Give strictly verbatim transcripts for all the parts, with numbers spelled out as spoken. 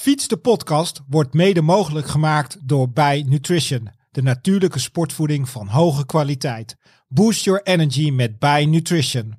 Fiets de podcast wordt mede mogelijk gemaakt door Bij Nutrition, de natuurlijke sportvoeding van hoge kwaliteit. Boost your energy met Bij Nutrition.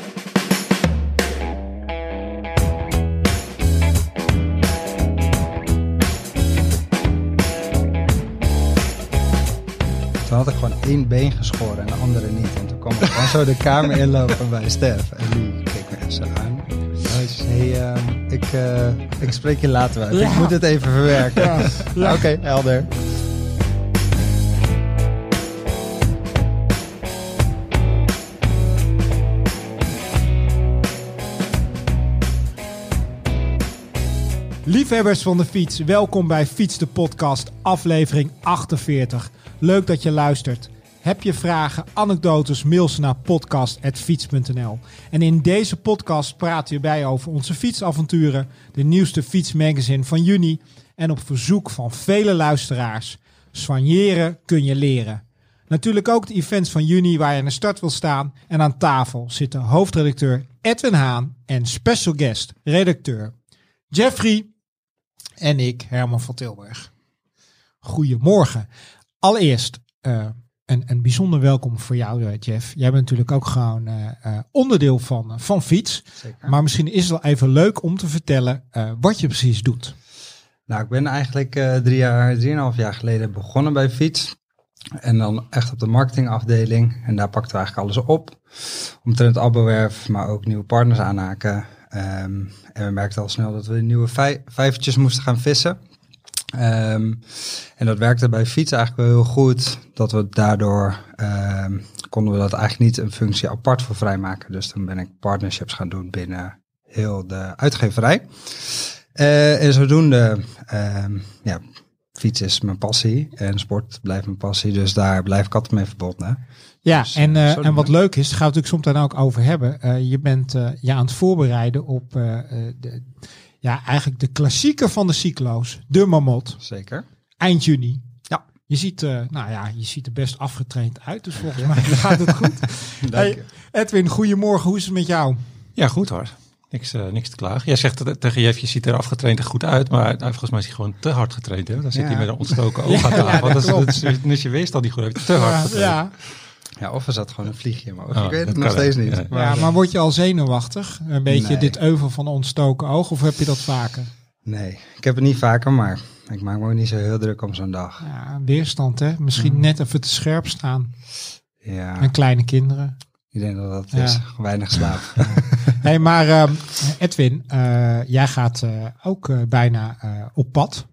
Toen had ik gewoon één been geschoren en de andere niet. En toen kwam ik gewoon zo de kamer inlopen bij Stef. En die keek me echt zo aan. Hey, uh, ik, uh, ik spreek je later uit. Ja. Ik moet het even verwerken. Ja. Ja. Oké, okay, helder. Liefhebbers van de fiets, welkom bij Fiets de podcast, aflevering achtenveertig. Leuk dat je luistert. Heb je vragen, anekdotes, mails naar podcast apenstaartje fiets punt n l. En in deze podcast praten we bij over onze fietsavonturen, de nieuwste fietsmagazine van juni en op verzoek van vele luisteraars. Soigneren kun je leren. Natuurlijk ook de events van juni waar je aan de start wil staan. En aan tafel zitten hoofdredacteur Edwin Haan en special guest, redacteur Jeffrey en ik, Herman van Tilburg. Goedemorgen. Allereerst uh, een, een bijzonder welkom voor jou, Jeff. Jij bent natuurlijk ook gewoon uh, uh, onderdeel van, uh, van Fiets. Zeker. Maar misschien is het wel even leuk om te vertellen uh, wat je precies doet. Nou, ik ben eigenlijk uh, drie jaar, drieënhalf jaar geleden begonnen bij Fiets. En dan echt op de marketingafdeling. En daar pakten we eigenlijk alles op. Omtrent abonwerf, maar ook nieuwe partners aanhaken. Um, en we merkten al snel dat we nieuwe vij- vijvertjes moesten gaan vissen. Um, en dat werkte bij Fiets eigenlijk wel heel goed. Dat we daardoor um, konden we dat eigenlijk niet een functie apart voor vrijmaken. Dus toen ben ik partnerships gaan doen binnen heel de uitgeverij. Uh, en zodoende, um, ja, fiets is mijn passie en sport blijft mijn passie. Dus daar blijf ik altijd mee verbonden. Ja, dus, en, uh, en wat we. leuk is, daar gaan we het natuurlijk soms dan ook over hebben. Uh, je bent uh, je aan het voorbereiden op uh, uh, de, ja, eigenlijk de klassieker van de cyclo's, de Marmot. Zeker. Eind juni. Ja. Je ziet, uh, nou ja, je ziet er best afgetraind uit, dus volgens ja. mij gaat het goed. Hey, Edwin, goedemorgen. Hoe is het met jou? Ja, goed hoor. Niks, uh, niks te klagen. Jij zegt t- tegen Jeff, je ziet er afgetraind en goed uit, maar uh, volgens mij is hij gewoon te hard getraind. Hè? Dan zit ja. hij met een ontstoken oog aan tafel. Ja, dat dat is, dat is je weest al niet goed. Heeft te hard ja, getraind. Ja. Ja, of er zat gewoon een vliegje in mijn oog. Oh, ik weet het nog steeds niet. Ja. Maar, ja, maar word je al zenuwachtig? Een beetje nee. dit euvel van ontstoken oog, of heb je dat vaker? Nee, ik heb het niet vaker, maar ik maak me ook niet zo heel druk om zo'n dag. Ja, weerstand hè? Misschien mm. net even te scherp staan. Ja. En kleine kinderen. Ik denk dat dat ja. is. Weinig slaap. Hey, maar uh, Edwin, uh, jij gaat uh, ook uh, bijna uh, op pad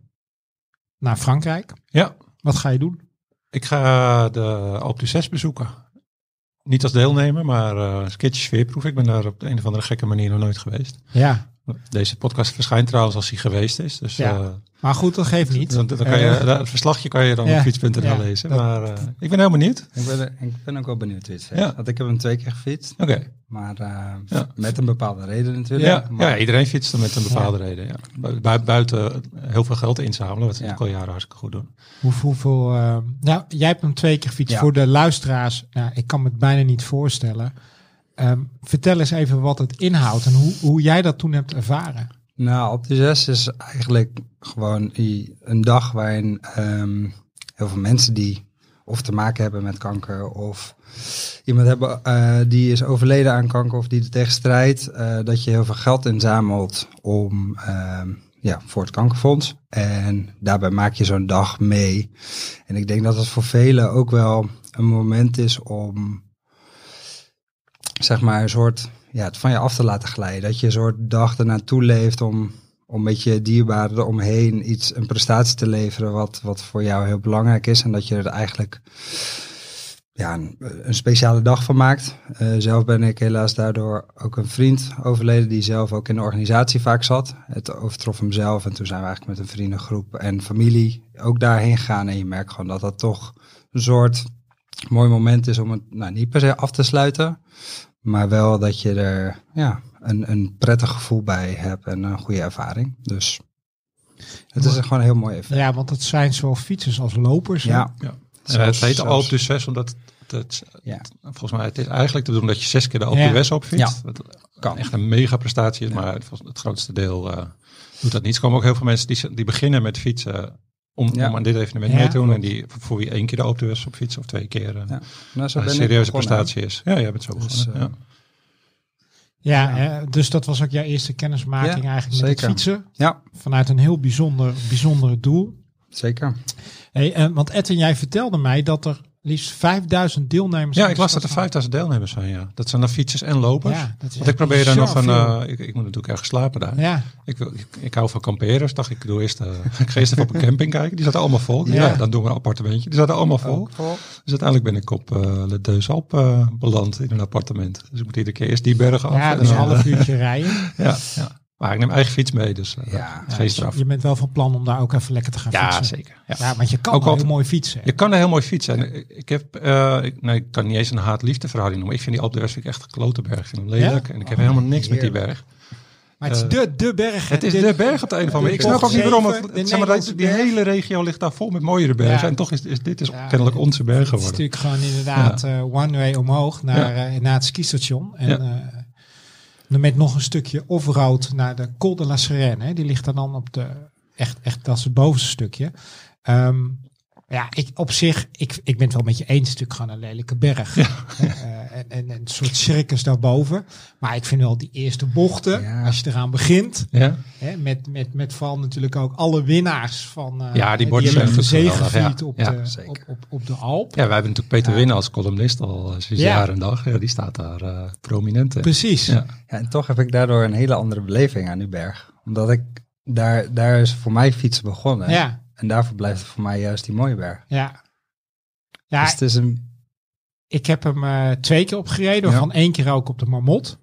naar Frankrijk. Ja. Wat ga je doen? Ik ga de Alpe d'Huez bezoeken. Niet als deelnemer, maar uh, een keertje sfeerproef. Ik ben daar op de een of andere gekke manier nog nooit geweest. Ja. Deze podcast verschijnt trouwens als hij geweest is. Dus, ja. uh, maar goed, dat geeft niet. Dan, dan kan je, uh, het verslagje kan je dan ja. op fiets punt n l ja. lezen. Dat, maar uh, ik ben heel benieuwd. Ik ben, ik ben ook wel benieuwd hoe het zit. Ja. Want ik heb hem twee keer gefietst. Oké. Okay. Maar uh, ja. met een bepaalde reden natuurlijk. Ja, maar, ja iedereen fietst er met een bepaalde ja. reden. Ja. Bu- buiten heel veel geld inzamelen, wat ze ja. al jaren hartstikke goed doen. Hoe, hoeveel... Uh, nou, jij hebt hem twee keer gefietst. Ja. Voor de luisteraars, nou, ik kan me het bijna niet voorstellen. Um, vertel eens even wat het inhoudt en hoe, hoe jij dat toen hebt ervaren. Nou, Alpe d'Huez is eigenlijk gewoon een dag waarin um, heel veel mensen die of te maken hebben met kanker of iemand hebben uh, die is overleden aan kanker of die er tegen strijdt, uh, dat je heel veel geld inzamelt om, uh, ja, voor het kankerfonds. En daarbij maak je zo'n dag mee. En ik denk dat het voor velen ook wel een moment is om, zeg maar, een soort, ja, het van je af te laten glijden. Dat je een soort dag ernaartoe leeft om, om met je dierbaren eromheen iets, een prestatie te leveren wat, wat voor jou heel belangrijk is. En dat je er eigenlijk ja, een, een speciale dag van maakt. Uh, zelf ben ik helaas daardoor ook een vriend overleden die zelf ook in de organisatie vaak zat. Het overtrof hem zelf en toen zijn we eigenlijk met een vriendengroep en familie ook daarheen gegaan. En je merkt gewoon dat dat toch een soort mooi moment is om het nou, niet per se af te sluiten. Maar wel dat je er ja, een, een prettig gevoel bij hebt en een goede ervaring. Dus het is gewoon een heel mooi event. Ja, want het zijn zowel fietsers als lopers. Ja. ja. En het heet Alpe d'Huez omdat het het, Ja. het, volgens mij het is eigenlijk te doen dat je zes keer de Alpe d'Huez Ja. opfietst. Ja. Wat Kan. echt een mega prestatie is, Ja. maar het, het grootste deel uh, doet dat niet. Er komen ook heel veel mensen die, die beginnen met fietsen om, Ja. om aan dit evenement Ja. mee te doen. En die voor wie één keer de Alpe d'Huez op fietsen of twee keer uh, Ja. Nou, zo een ben ik serieuze begonnen, prestatie is. Ja, jij bent zo Dus, begonnen. uh, ja. Ja, Ja. hè, dus dat was ook jouw eerste kennismaking Ja, eigenlijk met het zeker. fietsen. Ja, Vanuit een heel bijzonder, bijzonder doel. zeker. Hey, eh, want Edwin, jij vertelde mij dat er liefst vijfduizend deelnemers Ja, zijn. ik las dat Is er vijfduizend deelnemers zijn, ja. Dat zijn dan fietsers en lopers. Ja, dat is Want ik probeer daar bizar nog een... veel. Uh, ik, ik moet natuurlijk ergens slapen daar. Ja, Ik, wil, ik, ik hou van kamperen. Dacht ik, doe eerst, uh, ik ga eerst even op een camping kijken. Die zaten allemaal vol. Ja. Ja. Dan doen we een appartementje. Die zaten allemaal vol. Oh, Dus uiteindelijk ben ik op uh, Le Deux Alpes uh, beland in een appartement. Dus ik moet iedere keer eerst die bergen af. ja en dus een dan, half uh, uurtje rijden. ja, ja. Maar ik neem eigen fiets mee, dus uh, Ja. Ja, geen dus straf. je bent wel van plan om daar ook even lekker te gaan Ja, fietsen. zeker. Ja. Ja, want je kan Ook wel heel altijd- mooi fietsen. Je kan er heel mooi fietsen. En ik, ik heb, uh, ik, nee, ik kan niet eens een haat-liefde verhouding noemen. Ik vind die Alpe d'Huez vind ik echt een klote berg. Ik vind hem lelijk. Ja? En ik heb Oh, helemaal niks met die heerlijk. berg. Maar het is Uh, de, de berg. hè. Het is Dit- de berg op de een of andere manier. Ik snap ook niet waarom. Het, De zeg maar, Nederlandse die berg. hele regio ligt daar vol met mooiere bergen. Ja. En toch is, is dit is Ja, kennelijk onze berg Het is geworden. natuurlijk gewoon inderdaad eh, one way omhoog naar, eh, naar het skistation. En Ja. eh, dan met nog een stukje off-road naar de Col de la Serene. Hè. Die ligt er dan op de, echt, echt dat is het bovenste stukje. Ehm, ja, ik op zich, ik, ik ben het wel met je eens, stuk gewoon een lelijke berg. Ja. Uh, en, en een soort circus daarboven. Maar ik vind wel die eerste bochten, Ja. als je eraan begint, Ja? hè, met, met, met vooral natuurlijk ook alle winnaars van uh, Ja, die hè, borden hebben zijn geweldig, gezegevierd ja. op, Ja, de, op, zeker. op, op de Alp. Ja, wij hebben natuurlijk Peter Ja. Winnen als columnist al uh, sinds Ja. jaar en dag. Ja, die staat daar uh, prominent in. Precies. Ja. Ja, en toch heb ik daardoor een hele andere beleving aan die berg. Omdat ik, daar, daar is voor mij fietsen begonnen. Ja, En daarvoor blijft het voor mij juist die mooie berg. ja. Ja, Dus het is een... ik heb hem uh, twee keer opgereden, waarvan Ja. één keer ook op de Marmot.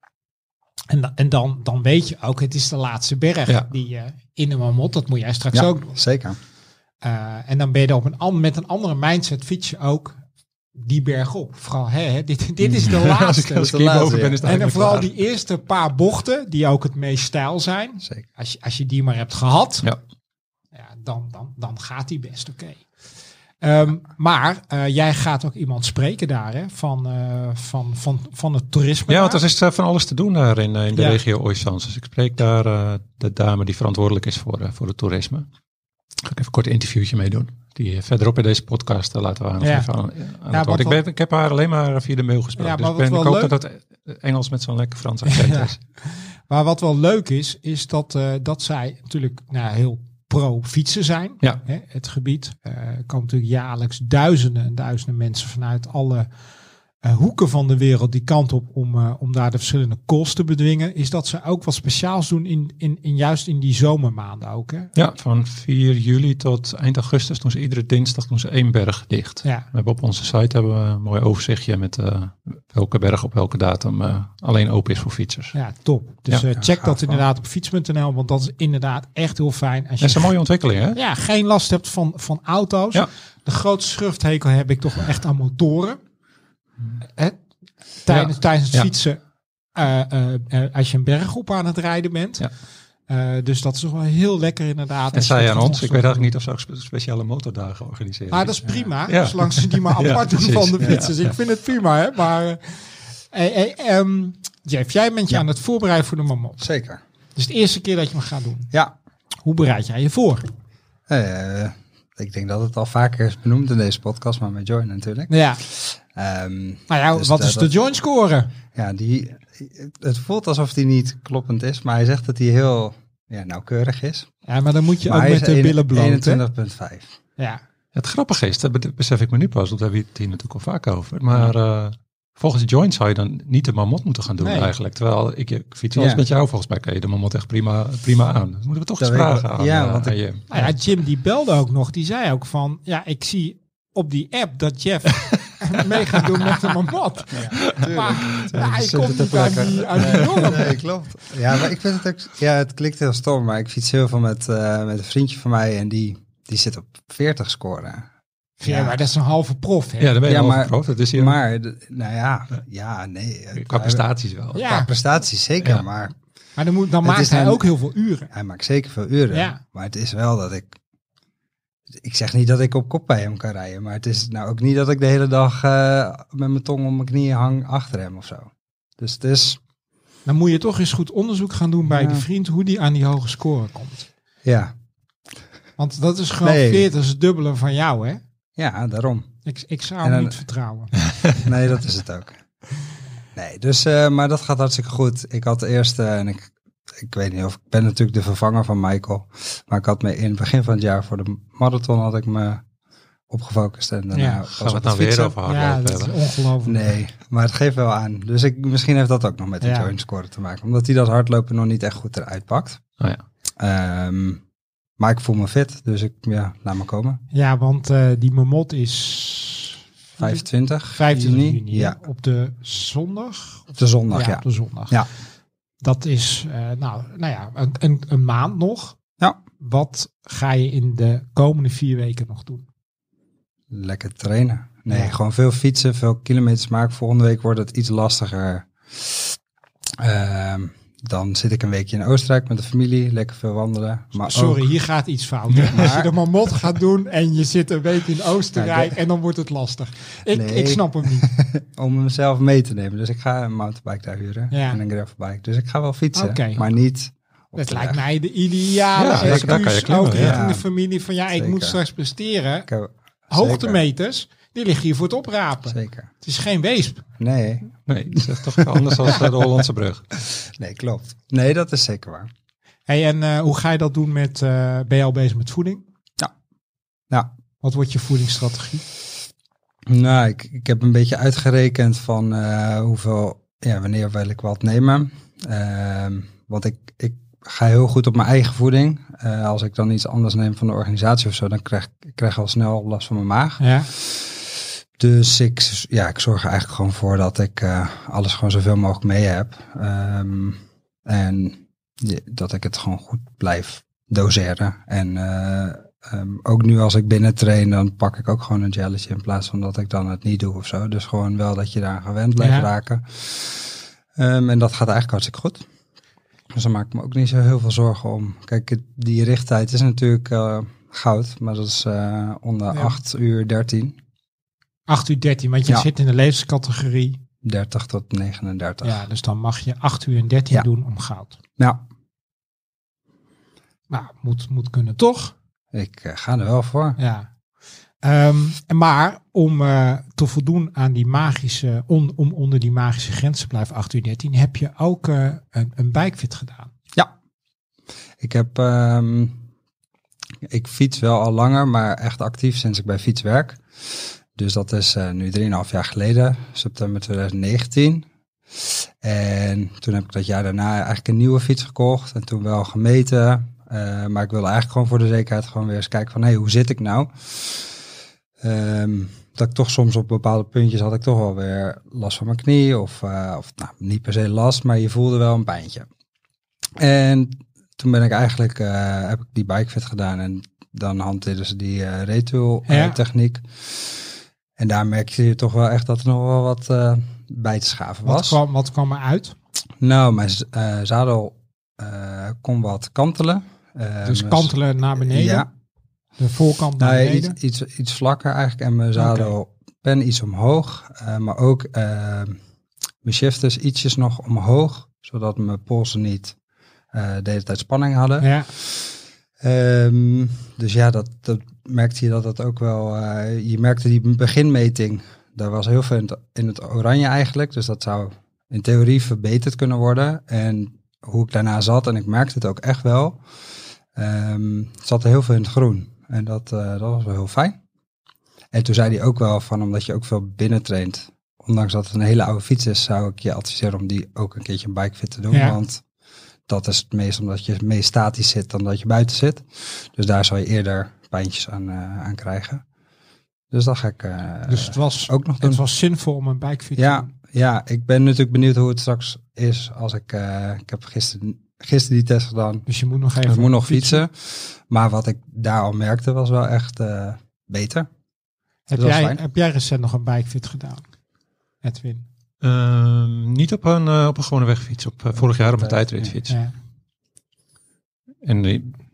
En, da- en dan, dan weet je ook, het is de laatste berg Ja. die uh, in de Marmot, dat moet jij straks Ja, ook doen. zeker. Uh, en dan ben je er op een, an- met een andere mindset fiets je ook die berg op. Vooral, hè, hè, dit, dit is de Als ik, laatste. als ik de hier laatste, boven ben, ja. is het En dan eigenlijk vooral klaar. die eerste paar bochten, die ook het meest stijl zijn. Zeker. Als je, als je die maar hebt gehad, Ja. ja, dan, dan, dan gaat die best oké. Ehm, maar uh, jij gaat ook iemand spreken daar, hè, van, uh, van, van, van het toerisme. Ja, daar. want er is uh, van alles te doen daar in, uh, in de Ja. regio Oisans. Dus ik spreek daar uh, de dame die verantwoordelijk is voor, uh, voor het toerisme. Ga ik even een kort interviewtje mee doen. Die uh, verderop in deze podcast uh, laten we haar nog Ja. even aan, aan Ja, het want woord. Ik, wat- ben, ik heb haar alleen maar via de mail gesproken. Ja, dus maar ik, ben, wat ik wel hoop leuk- dat het Engels met zo'n lekker Frans accent Ja. is. Maar wat wel leuk is, is dat, uh, dat zij natuurlijk nou, heel pro-fietsen zijn. Ja. Hè, het gebied. Uh, er komen natuurlijk jaarlijks duizenden en duizenden mensen vanuit alle uh, hoeken van de wereld die kant op om, uh, om daar de verschillende calls te bedwingen. Is dat ze ook wat speciaals doen in, in, in juist in die zomermaanden ook. Hè? Ja, van vier juli tot eind augustus doen ze iedere dinsdag doen ze één berg dicht. Ja. We hebben op onze site hebben we een mooi overzichtje met uh, welke berg op welke datum uh, alleen open is voor fietsers. Ja, top. Dus Ja. uh, check gaaf dat wel. inderdaad op fiets punt n l, want dat is inderdaad echt heel fijn. Als Dat je is een mooie ontwikkeling, hè? ja, geen last hebt van, van auto's. Ja. De grootste schurfthekel heb ik toch wel echt aan motoren. Hè? Tijdens, Ja. tijdens het Ja. fietsen, uh, uh, uh, als je een berg op aan het rijden bent. Ja. Uh, dus dat is toch wel heel lekker inderdaad. En Als je zij dat aan gewoon ons, ik zo weet doet. eigenlijk niet of ze ook spe- speciale motordagen organiseren. Maar dat is prima, Ja. zolang ze die maar Ja, apart doen precies. van de Ja, fietsers. ja. Ik vind het prima, hè. Maar, uh, hey, hey, um, Jeff, jij bent je Ja. aan het voorbereiden voor de Marmot. Zeker. Dus de eerste keer dat je hem gaat doen. Ja. Hoe bereid jij je voor? Uh, ik denk dat het al vaker is benoemd in deze podcast, maar met Joy natuurlijk. Ja, Um, nou ja, Dus wat dat- is de dat- joint score? ja, die, het voelt alsof die niet kloppend is, maar hij zegt dat hij heel ja, nauwkeurig is. Ja, maar dan moet je Maar ook hij met is de een- billen bloot, hè? eenentwintig komma vijf. Ja. Het grappige is, dat be- besef ik me nu pas, want daar hebben we het hier natuurlijk al vaak over. Maar uh, volgens Joint zou je dan niet de Marmot moeten gaan doen Nee. eigenlijk. Terwijl ik, ik fiets wel eens Ja. met jou, volgens mij kan je de Marmot echt prima, prima aan. Dat moeten we toch Dat eens weet ik vragen wel. aan, Ja, uh, want aan ik- Jim. Nou ja, Jim die belde ook nog. Die zei ook van, ja, ik zie op die app dat Jeff mee gaat doen met de Marmot. Maar ja, ik kom niet aan die, aan die jongen. Nee, klopt. Ja, maar ik vind het ook... Ja, het klinkt heel stom, maar ik fiets heel veel met, uh, met een vriendje van mij en die, die zit op veertig scoren. Ja, maar dat is een halve prof, hè? Ja, daar ben je Ja, al maar- prof. Dat is hier Maar, de- nou ja, ja, nee. qua prestaties wel. Ja. Qua prestaties zeker, Ja. maar Maar dan, moet, dan Het maakt is hij een- ook heel veel uren. hij maakt zeker veel uren. Ja. Maar het is wel dat ik... ik zeg niet dat ik op kop bij hem kan rijden. Maar het is nou ook niet dat ik de hele dag uh, met mijn tong op mijn knieën hang achter hem of zo. Dus het is... Dan moet je toch eens goed onderzoek gaan doen bij ja. die vriend hoe die aan die hoge score komt. Ja. Want dat is gewoon nee. veertig, dat is het dubbele van jou, hè? Ja, daarom. Ik, ik zou hem dan, niet vertrouwen. Nee, dat is het ook. Nee, dus, uh, maar dat gaat hartstikke goed. Ik had eerst, uh, en ik, ik weet niet of ik ben natuurlijk de vervanger van Michael. Maar ik had me in het begin van het jaar voor de marathon had ik me opgefocust. En daarna ja, was gaan we het nou weer over hardlopen? Ja, dat is ongelooflijk. Nee, maar het geeft wel aan. Dus ik, misschien heeft dat ook nog met de ja. joint score te maken. Omdat hij dat hardlopen nog niet echt goed eruit pakt. Oh ja. Um, maar ik voel me fit, dus ik, ja, laat maar komen. Ja, want uh, die Mammoth is... vijfentwintig, vijfentwintig juni, juni ja. Op de zondag? Op de zondag, ja. ja. Op de zondag. Ja. Dat is, uh, nou, nou ja, een, een, een maand nog. Ja. Wat ga je in de komende vier weken nog doen? Lekker trainen. Nee, ja. gewoon veel fietsen, veel kilometers maken. Volgende week wordt het iets lastiger. Uh, dan zit ik een weekje in Oostenrijk met de familie. Lekker veel wandelen. Maar Sorry, ook... hier gaat iets fout. Maar... Als je de Mammoth gaat doen en je zit een week in Oostenrijk nou, de... en dan wordt het lastig. Ik, nee. ik snap hem niet. Om hem zelf mee te nemen. Dus ik ga een mountainbike daar huren. Ja. En een gravelbike. Dus ik ga wel fietsen. Okay. Maar niet... Het lijkt weg. mij de ideale ja, excuus klimmen, ook richting ja. de familie. Van ja, zeker. Ik moet straks presteren. Heb... Hoogtemeters, die liggen hier voor het oprapen. Zeker. Het is geen weesp. Nee. Nee, dat is toch anders dan de Hollandse brug. Nee, klopt. Nee, dat is zeker waar. Hey, en uh, hoe ga je dat doen met, uh, ben je al bezig met voeding? Ja. ja. Wat wordt je voedingsstrategie? Nou, ik, ik heb een beetje uitgerekend van uh, hoeveel, ja, wanneer wil ik wat nemen. Uh, want ik, ik ga heel goed op mijn eigen voeding. Uh, als ik dan iets anders neem van de organisatie of zo, dan krijg ik krijg al snel last van mijn maag. Ja. Dus ik, ja, ik zorg er eigenlijk gewoon voor dat ik uh, alles gewoon zoveel mogelijk mee heb. Um, en ja, dat ik het gewoon goed blijf doseren. En uh, um, ook nu als ik binnen train, dan pak ik ook gewoon een gelletje in plaats van dat ik dan het niet doe of zo. Dus gewoon wel dat je daar gewend blijft ja. raken. Um, en dat gaat eigenlijk hartstikke goed. Dus dan maak ik me ook niet zo heel veel zorgen om. Kijk, die richttijd is natuurlijk uh, goud, maar dat is uh, onder ja. acht uur dertien. acht uur dertien, want je ja. zit in de levenscategorie dertig tot negenendertig. Ja, dus dan mag je acht uur en dertien ja. doen om goud. Ja. Nou, moet, moet kunnen toch? Ik uh, ga er wel voor. Ja. Um, maar om uh, te voldoen aan die magische, on, om onder die magische grens te blijven, acht uur dertien, heb je ook uh, een, een bikefit gedaan. Ja. Ik heb, um, ik fiets wel al langer, maar echt actief sinds ik bij Fiets werk. Dus dat is uh, nu drieënhalf jaar geleden, september twintig negentien. En toen heb ik dat jaar daarna eigenlijk een nieuwe fiets gekocht en toen wel gemeten. Uh, maar ik wilde eigenlijk gewoon voor de zekerheid gewoon weer eens kijken van, hé, hey, hoe zit ik nou? Um, dat ik toch soms op bepaalde puntjes had ik toch wel weer last van mijn knie. Of, uh, of nou, niet per se last, maar je voelde wel een pijntje. En toen ben ik eigenlijk, uh, heb ik die bikefit gedaan en dan hanteerden ze die uh, retool uh, ja. techniek. En daar merkte je toch wel echt dat er nog wel wat uh, bij te schaven was. Wat kwam, wat kwam er uit? Nou, mijn uh, zadel uh, kon wat kantelen. Uh, dus kantelen naar beneden? Ja. De voorkant naar nee, beneden? Iets, iets, iets vlakker eigenlijk. En mijn zadelpen okay. iets omhoog. Uh, maar ook uh, mijn shifters ietsjes nog omhoog. Zodat mijn polsen niet uh, de hele tijd spanning hadden. Ja. Um, dus ja, dat, dat merkte je dat dat ook wel... Uh, je merkte die beginmeting. Daar was heel veel in het, in het oranje eigenlijk. Dus dat zou in theorie verbeterd kunnen worden. En hoe ik daarna zat, en ik merkte het ook echt wel... Um, zat er heel veel in het groen. En dat, uh, dat was wel heel fijn. En toen zei hij ook wel van, omdat je ook veel binnentraint, ondanks dat het een hele oude fiets is, zou ik je adviseren om die ook een keertje een bikefit te doen. Ja. Want dat is het meest omdat je meest statisch zit dan dat je buiten zit. Dus daar zal je eerder pijntjes aan, uh, aan krijgen. Dus dat ga ik uh, dus het was, ook nog doen. Het was zinvol om een bikefit ja, te doen. Ja, ik ben natuurlijk benieuwd hoe het straks is als ik... Uh, ik heb gisteren... Gisteren die test gedaan. Dus je moet nog even ik moet nog fietsen. fietsen. Maar wat ik daar al merkte was wel echt uh, beter. Heb jij, heb jij recent nog een bikefit gedaan, Edwin? Uh, niet op een, uh, op een gewone wegfiets. Op, uh, vorig jaar op een tijdritfiets. Ja. En die,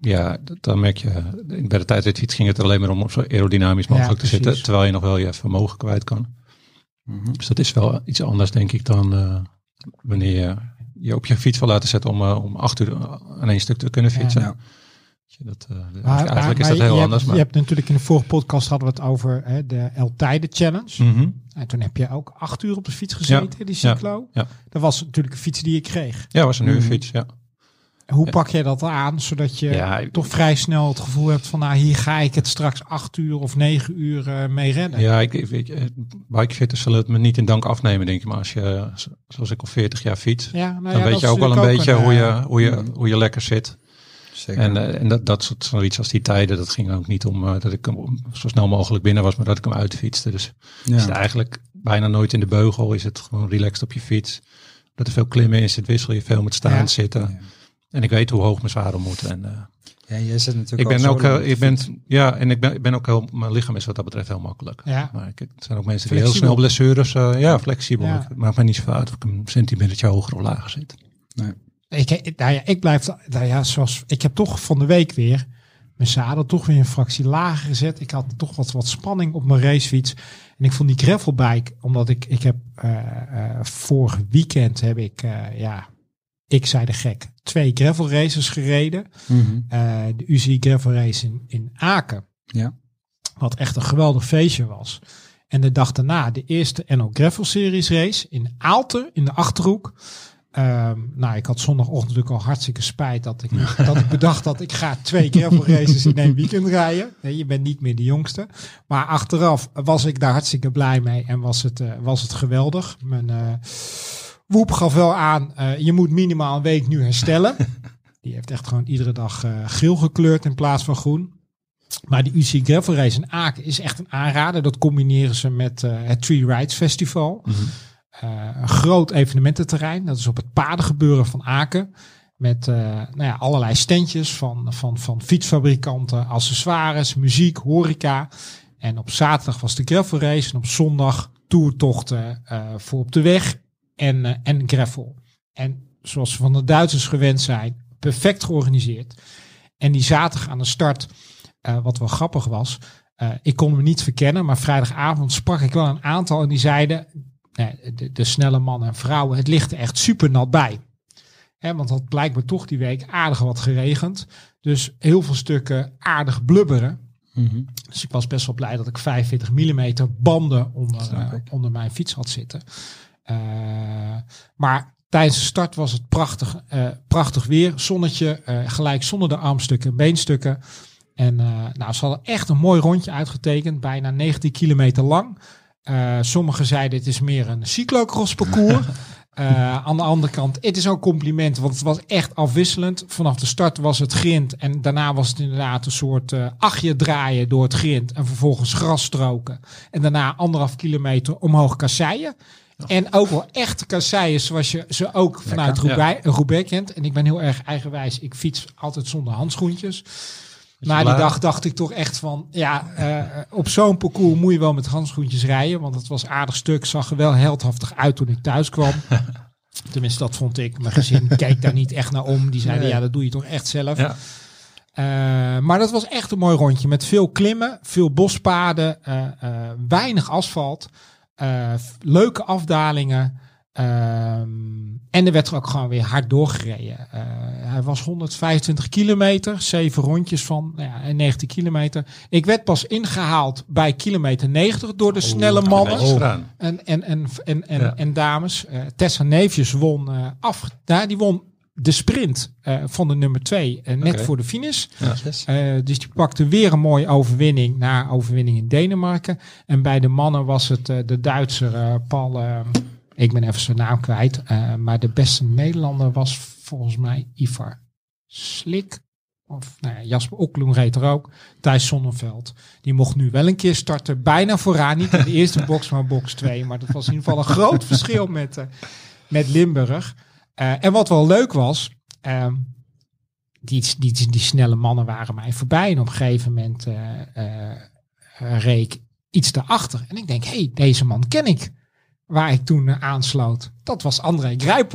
Ja, dan merk je, bij de tijdritfiets ging het er alleen maar om zo aerodynamisch mogelijk ja, te zitten, terwijl je nog wel je vermogen kwijt kan. Mm-hmm. Dus dat is wel iets anders, denk ik, dan uh, wanneer je je op je fiets wil laten zetten om, uh, om acht uur aan één stuk te kunnen fietsen. Ja, ja. Dat, uh, maar, eigenlijk maar, is dat heel je anders. Hebt, maar... Je hebt natuurlijk in de vorige podcast hadden we het over hè, de El-Tijden Challenge. Mm-hmm. En toen heb je ook acht uur op de fiets gezeten, ja, die cyclo. Ja, ja. Dat was natuurlijk een fiets die je kreeg. Ja, was een nieuwe mm-hmm. fiets, ja. Hoe pak jij dat aan, zodat je ja, ik, toch vrij snel het gevoel hebt van, nou, hier ga ik het straks acht uur of negen uur uh, mee redden? Ja, ik, ik, bikefitters zullen het me niet in dank afnemen, denk ik. Maar als je, zoals ik al veertig jaar fiets, ja, nou dan ja, weet je ook wel een ook beetje een, hoe, je, hoe, je, hoe je lekker zit. Zeker. En, uh, en dat, dat soort zoiets als die tijden, dat ging ook niet om uh, dat ik hem zo snel mogelijk binnen was, maar dat ik hem uitfietste. Dus ja. is het eigenlijk bijna nooit in de beugel, is het gewoon relaxed op je fiets. Dat er veel klimmen in zit, wissel je veel met staan ja. zitten. Ja. En ik weet hoe hoog mijn zadel moet. En, uh, ja, jij zit natuurlijk ik ben ook, uh, ik ben, ja, en ik ben, ik ben ook heel, mijn lichaam is wat dat betreft heel makkelijk. Ja. Maar ik, het zijn ook mensen die flexibel. Heel snel blessures, uh, ja, flexibel. Ja. Het maakt mij niet zo uit of ik een centimetertje hoger of lager zit. Nee. Ik, nou ja, ik blijf, nou ja, zoals, ik heb toch van de week weer mijn zadel toch weer een fractie lager gezet. Ik had toch wat, wat spanning op mijn racefiets. En ik vond die gravelbike, omdat ik, ik heb uh, uh, vorig weekend heb ik, uh, ja, ik zei de gek, twee gravel races gereden. Mm-hmm. Uh, de U C I Gravel Race in, in Aken. Ja. Wat echt een geweldig feestje was. En de dag daarna de eerste N O Gravel Series race in Aalten in de Achterhoek. Um, nou, ik had zondagochtend natuurlijk al hartstikke spijt dat ik, dat ik bedacht dat ik ga twee gravel races in één weekend rijden. Nee, je bent niet meer de jongste. Maar achteraf was ik daar hartstikke blij mee en was het, uh, was het geweldig. Mijn uh, Woep gaf wel aan, uh, je moet minimaal een week nu herstellen. Die heeft echt gewoon iedere dag uh, geel gekleurd in plaats van groen. Maar de U C I Gravel Race in Aken is echt een aanrader. Dat combineren ze met uh, het Three Rides Festival. Mm-hmm. Uh, een groot evenemententerrein. Dat is op het padengebeuren van Aken. Met uh, nou ja, allerlei standjes van, van, van fietsfabrikanten, accessoires, muziek, horeca. En op zaterdag was de gravel race. En op zondag toertochten uh, voor op de weg en, uh, en gravel. En zoals we van de Duitsers gewend zijn, perfect georganiseerd. En die zaterdag aan de start, uh, wat wel grappig was. Uh, ik kon me niet verkennen, maar vrijdagavond sprak ik wel een aantal en die zeiden... Nee, de, de snelle mannen en vrouwen, het ligt er echt super nat bij. He, want het had blijkbaar toch die week aardig wat geregend. Dus heel veel stukken aardig blubberen. Mm-hmm. Dus ik was best wel blij dat ik vijfenveertig millimeter banden onder, uh, onder mijn fiets had zitten. Uh, maar tijdens de start was het prachtig, uh, prachtig weer. Zonnetje, uh, gelijk zonder de armstukken en beenstukken. En uh, nou, ze hadden echt een mooi rondje uitgetekend. Bijna negentien kilometer lang. Uh, sommigen zeiden het is meer een cyclocross parcours. Uh, aan de andere kant, het is ook compliment, want het was echt afwisselend. Vanaf de start was het grind en daarna was het inderdaad een soort uh, achtje draaien door het grind en vervolgens grasstroken. En daarna anderhalf kilometer omhoog kasseien. Ja. En ook wel echte kasseien zoals je ze ook vanuit Roubaix, ja. Roubaix kent. En ik ben heel erg eigenwijs, ik fiets altijd zonder handschoentjes. Na die dag dacht ik toch echt van, ja, uh, op zo'n parcours moet je wel met handschoentjes rijden. Want het was aardig stuk, zag er wel heldhaftig uit toen ik thuis kwam. Tenminste, dat vond ik. Mijn gezin keek daar niet echt naar om. Die zeiden, nee. ja, dat doe je toch echt zelf. Ja. Uh, maar dat was echt een mooi rondje met veel klimmen, veel bospaden, uh, uh, weinig asfalt, uh, leuke afdalingen. Um, en er werd er ook gewoon weer hard doorgereden. Uh, hij was honderdvijfentwintig kilometer, zeven rondjes van nou ja, negentien kilometer. Ik werd pas ingehaald bij kilometer negentig door de oh, snelle mannen oh. en, en, en, en, en, ja. en dames. Uh, Tessa Neefjes won uh, af. Nou, die won de sprint uh, van de nummer twee uh, net okay. voor de finish. Ja, yes. uh, dus die pakte weer een mooie overwinning na overwinning in Denemarken. En bij de mannen was het uh, de Duitser uh, Paul... Uh, Ik ben even zijn naam kwijt. Uh, maar de beste Nederlander was volgens mij Ivar Slik. Of nou ja, Jasper Oekloen reed er ook. Thijs Sonneveld. Die mocht nu wel een keer starten. Bijna vooraan. Niet in de eerste box, maar box twee. Maar dat was in ieder geval een groot verschil met, uh, met Limburg. Uh, en wat wel leuk was. Uh, die, die, die, die snelle mannen waren mij voorbij. En op een gegeven moment uh, uh, reed ik iets daarachter. En ik denk, hé, hey, deze man ken ik. Waar ik toen uh, aansloot. Dat was André Grijpel.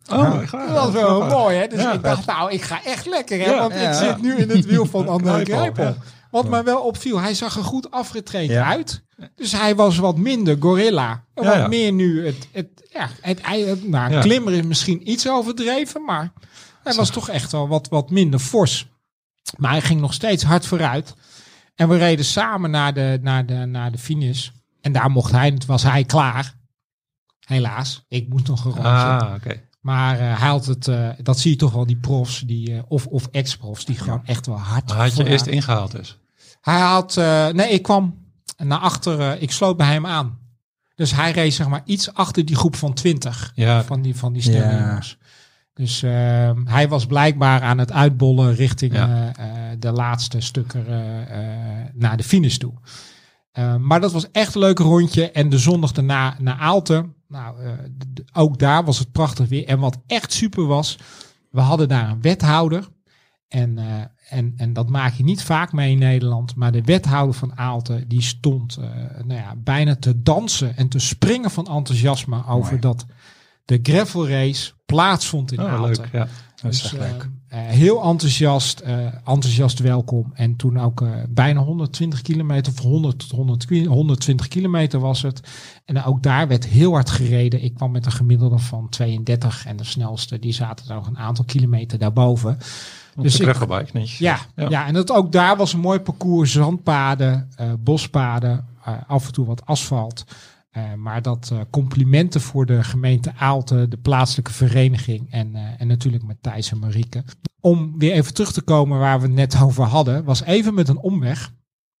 Oh, dat was wel ja. mooi, hè? Dus ja, ik dacht, nou, ik ga echt lekker, hè? Ja, want ja, ik zit nu in het wiel van André Greipel. Ja. Wat ja. mij wel opviel, hij zag er goed afgetraind ja. uit. Dus hij was wat minder gorilla. En ja, wat ja. meer nu het... het ja, het, het, nou, ja. klimmer is misschien iets overdreven, maar hij was toch echt wel wat, wat minder fors. Maar hij ging nog steeds hard vooruit. En we reden samen naar de, naar de, naar de finish. En daar mocht hij, was hij klaar. Helaas, ik moest nog een rondje. Ah, okay. Maar uh, hij had het, uh, dat zie je toch wel, die profs, die, uh, of, of ex-profs, die gewoon echt wel hard. Maar had je eerst ingehaald dus? Hij had, uh, nee, ik kwam naar achter, uh, ik sloot bij hem aan. Dus hij reed zeg maar iets achter die groep van twintig. Ja. Van die, van die snelle ja. jongens. Dus uh, hij was blijkbaar aan het uitbollen richting ja. uh, uh, de laatste stukken uh, uh, naar de finish toe. Uh, maar dat was echt een leuk rondje. En de zondag daarna naar Aalten. Nou, uh, d- d- ook daar was het prachtig weer. En wat echt super was, we hadden daar een wethouder. En, uh, en, en dat maak je niet vaak mee in Nederland. Maar de wethouder van Aalten, die stond uh, nou ja, bijna te dansen en te springen van enthousiasme over Mooi. dat de gravel race plaatsvond in oh, Aalten. Leuk, ja. Dat is dus, echt leuk. Uh, uh, heel enthousiast, uh, enthousiast welkom. En toen ook uh, bijna honderdtwintig kilometer, of honderd tot honderdtwintig kilometer was het. En ook daar werd heel hard gereden. Ik kwam met een gemiddelde van tweeëndertig en de snelste, die zaten nog een aantal kilometer daarboven. Op dus de gravelbike, niet? Ja, ja. ja, en dat ook daar was een mooi parcours, zandpaden, uh, bospaden, uh, af en toe wat asfalt. Uh, maar dat uh, complimenten voor de gemeente Aalten, de plaatselijke vereniging en, uh, en natuurlijk met Thijs en Marieke. Om weer even terug te komen waar we het net over hadden, was even met een omweg.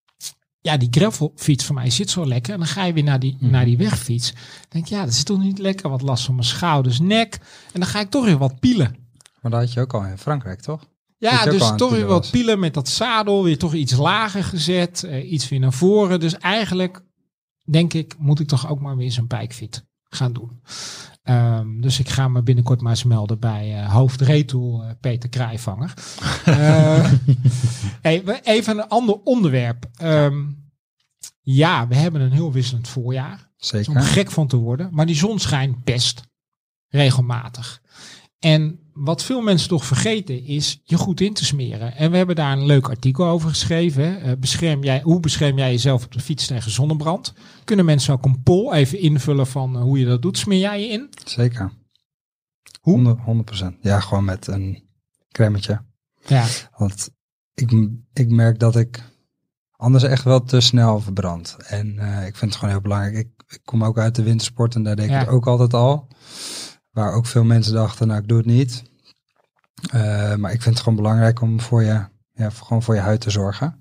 Ja, die gravelfiets van mij zit zo lekker. En dan ga je weer naar die, mm. naar die wegfiets. Dan denk je, ja, dat zit toch niet lekker. Wat last van mijn schouders, nek. En dan ga ik toch weer wat pielen. Maar dat had je ook al in Frankrijk, toch? Ja, dus toch weer wat pielen met dat zadel. Weer toch iets lager gezet. Uh, iets weer naar voren. Dus eigenlijk... denk ik, moet ik toch ook maar weer zo'n bikefit gaan doen. Um, dus ik ga me binnenkort maar eens melden bij uh, hoofdreetool uh, Peter Kraaivanger. uh, hey, even een ander onderwerp. Um, ja, we hebben een heel wisselend voorjaar. Zeker. Om gek van te worden. Maar die zon schijnt best regelmatig. En wat veel mensen toch vergeten is je goed in te smeren. En we hebben daar een leuk artikel over geschreven. Uh, bescherm jij, hoe bescherm jij jezelf op de fiets tegen zonnebrand? Kunnen mensen ook een poll even invullen van uh, hoe je dat doet? Smeer jij je in? Zeker. Hoe? honderd procent. Ja, gewoon met een cremmetje. Ja. Want ik, ik merk dat ik anders echt wel te snel verbrand. En uh, ik vind het gewoon heel belangrijk. Ik, ik kom ook uit de wintersport en daar deed ik ja. het ook altijd al. Waar ook veel mensen dachten, nou ik doe het niet. Uh, maar ik vind het gewoon belangrijk om voor je, ja, voor, gewoon voor je huid te zorgen.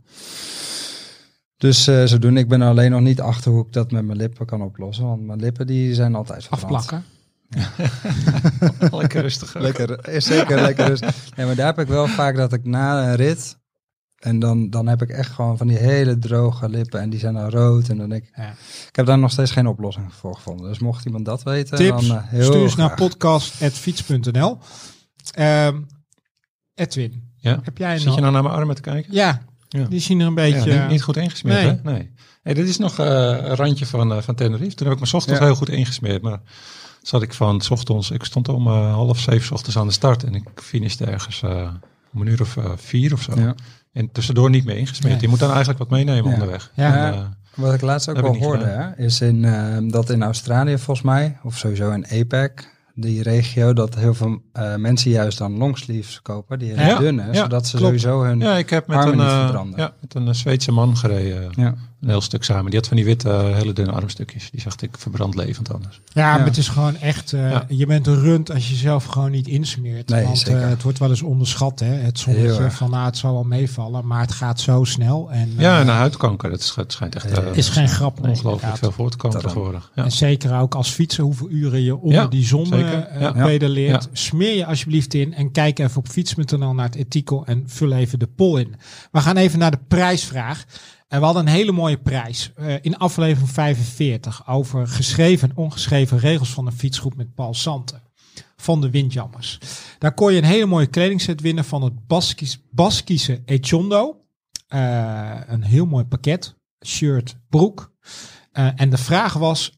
Dus uh, zo doen. Ik ben alleen nog niet achter hoe ik dat met mijn lippen kan oplossen. Want mijn lippen die zijn altijd verbrand. Afplakken. Ja. Lekker rustig. Lekker, is zeker lekker rustig. Ja, maar daar heb ik wel vaak dat ik na een rit... En dan, dan heb ik echt gewoon van die hele droge lippen. En die zijn dan rood. En dan denk ik... Ja. Ik heb daar nog steeds geen oplossing voor gevonden. Dus mocht iemand dat weten... Tips, dan, uh, heel stuur eens graag. naar podcast punt fiets punt n l. Um, Edwin, ja? heb jij Zit je nou naar mijn armen te kijken? Ja, ja. Die zien er een beetje... Ja, niet, niet goed ingesmeerd, nee. hè? Nee. Hey, dit is nog uh, een randje van, uh, van Tenerife. Toen heb ik me 's ochtends ja. heel goed ingesmeerd. Maar zat ik van 's ochtends... Ik stond om uh, half zeven 's ochtends aan de start. En ik finishte ergens uh, om een uur of uh, vier of zo. Ja. En tussendoor niet meer ingesmeerd. Nee. Je moet dan eigenlijk wat meenemen ja. onderweg. Ja. En, uh, wat ik laatst ook wel hoorde, hè, is in, uh, dat in Australië volgens mij, of sowieso in A PAC, die regio, dat heel veel uh, mensen juist dan longsleeves kopen, die heel ja. dun is, ja, zodat ze klopt. sowieso hun ja, ik heb met armen een, niet uh, verbranden. Ja, met een Zweedse man gereden, ja. een heel stuk samen. Die had van die witte, uh, hele dunne armstukjes. Die zag ik verbrand levend anders. Ja, ja. Maar het is gewoon echt, uh, ja. je bent een rund als je zelf gewoon niet insmeert. Nee, want uh, het wordt wel eens onderschat, hè. Het zonnetje van, nou, het zal wel meevallen, maar het gaat zo snel. En, uh, ja, en huidkanker, dat schijnt, schijnt echt... Uh, is geen grap. Nee, ongelooflijk veel voor te komen tegenwoordig. Ja. En zeker ook als fietser, hoeveel uren je onder ja, die zon uh, ja. pedaleert. Ja. Smeer je alsjeblieft in en kijk even op fiets punt n l naar het artikel en vul even de poll in. We gaan even naar de prijsvraag. En we hadden een hele mooie prijs uh, in aflevering vijfenveertig over geschreven en ongeschreven regels van een fietsgroep met Paul Santen van de Windjammers. Daar kon je een hele mooie kledingset winnen van het Baskis, Baskische Echondo. Uh, een heel mooi pakket, shirt, broek. Uh, en de vraag was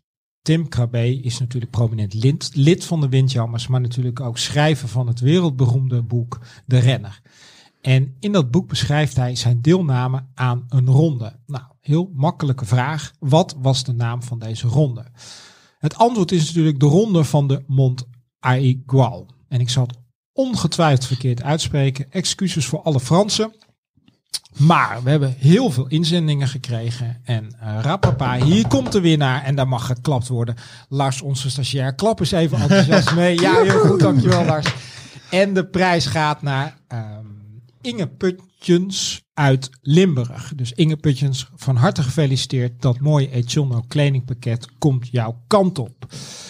Tim Krabbe is natuurlijk prominent lid, lid van de Windjammers, maar natuurlijk ook schrijver van het wereldberoemde boek De Renner. En in dat boek beschrijft hij zijn deelname aan een ronde. Nou, heel makkelijke vraag. Wat was de naam van deze ronde? Het antwoord is natuurlijk de ronde van de Mont Aigual. En ik zal het ongetwijfeld verkeerd uitspreken. Excuses voor alle Fransen. Maar we hebben heel veel inzendingen gekregen. En uh, rapapa, hier komt de winnaar. En daar mag geklapt worden. Lars, onze stagiair, klap eens even enthousiast mee. Ja, heel goed, dankjewel Lars. En de prijs gaat naar um, Inge Putjens uit Limburg. Dus Inge Putjens, van harte gefeliciteerd. Dat mooie Etjono kledingpakket komt jouw kant op.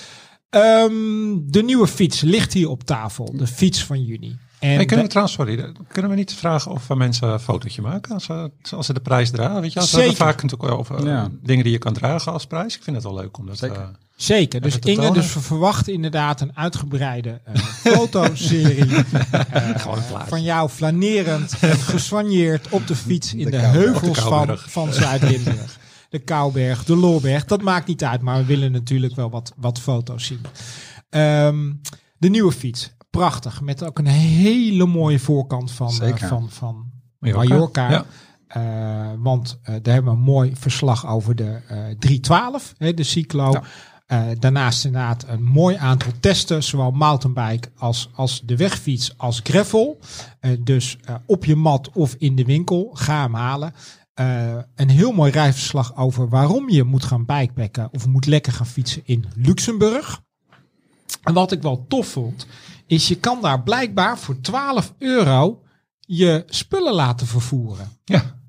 Um, de nieuwe fiets ligt hier op tafel. De fiets van juni. En hey, kunnen we trouwens, sorry, kunnen we niet vragen of we mensen een fotootje maken als ze, als ze de prijs dragen? Weet je, als we vaak natuurlijk over ja. dingen die je kan dragen als prijs. Ik vind het wel leuk om dat. Zeker. Uh, Zeker. Dus Inge, dus we verwachten inderdaad een uitgebreide uh, fotoserie uh, van jou flanerend en gesoigneerd op de fiets in de, de heuvels de van, van Zuid-Limburg. De Kouberg, de Lorberg, dat maakt niet uit, maar we willen natuurlijk wel wat, wat foto's zien. Um, de nieuwe fiets. Prachtig, met ook een hele mooie voorkant van, uh, van, van Mallorca. Mallorca. Ja. Uh, want uh, daar hebben we een mooi verslag over de uh, driehonderdtwaalf, hè, de cyclo. Ja. Uh, daarnaast inderdaad een mooi aantal testen, zowel mountainbike als, als de wegfiets als gravel. Uh, dus uh, op je mat of in de winkel, ga hem halen. Uh, een heel mooi rijverslag over waarom je moet gaan bikepacken of moet lekker gaan fietsen in Luxemburg. En wat ik wel tof vond, is je kan daar blijkbaar voor twaalf euro je spullen laten vervoeren. Ja.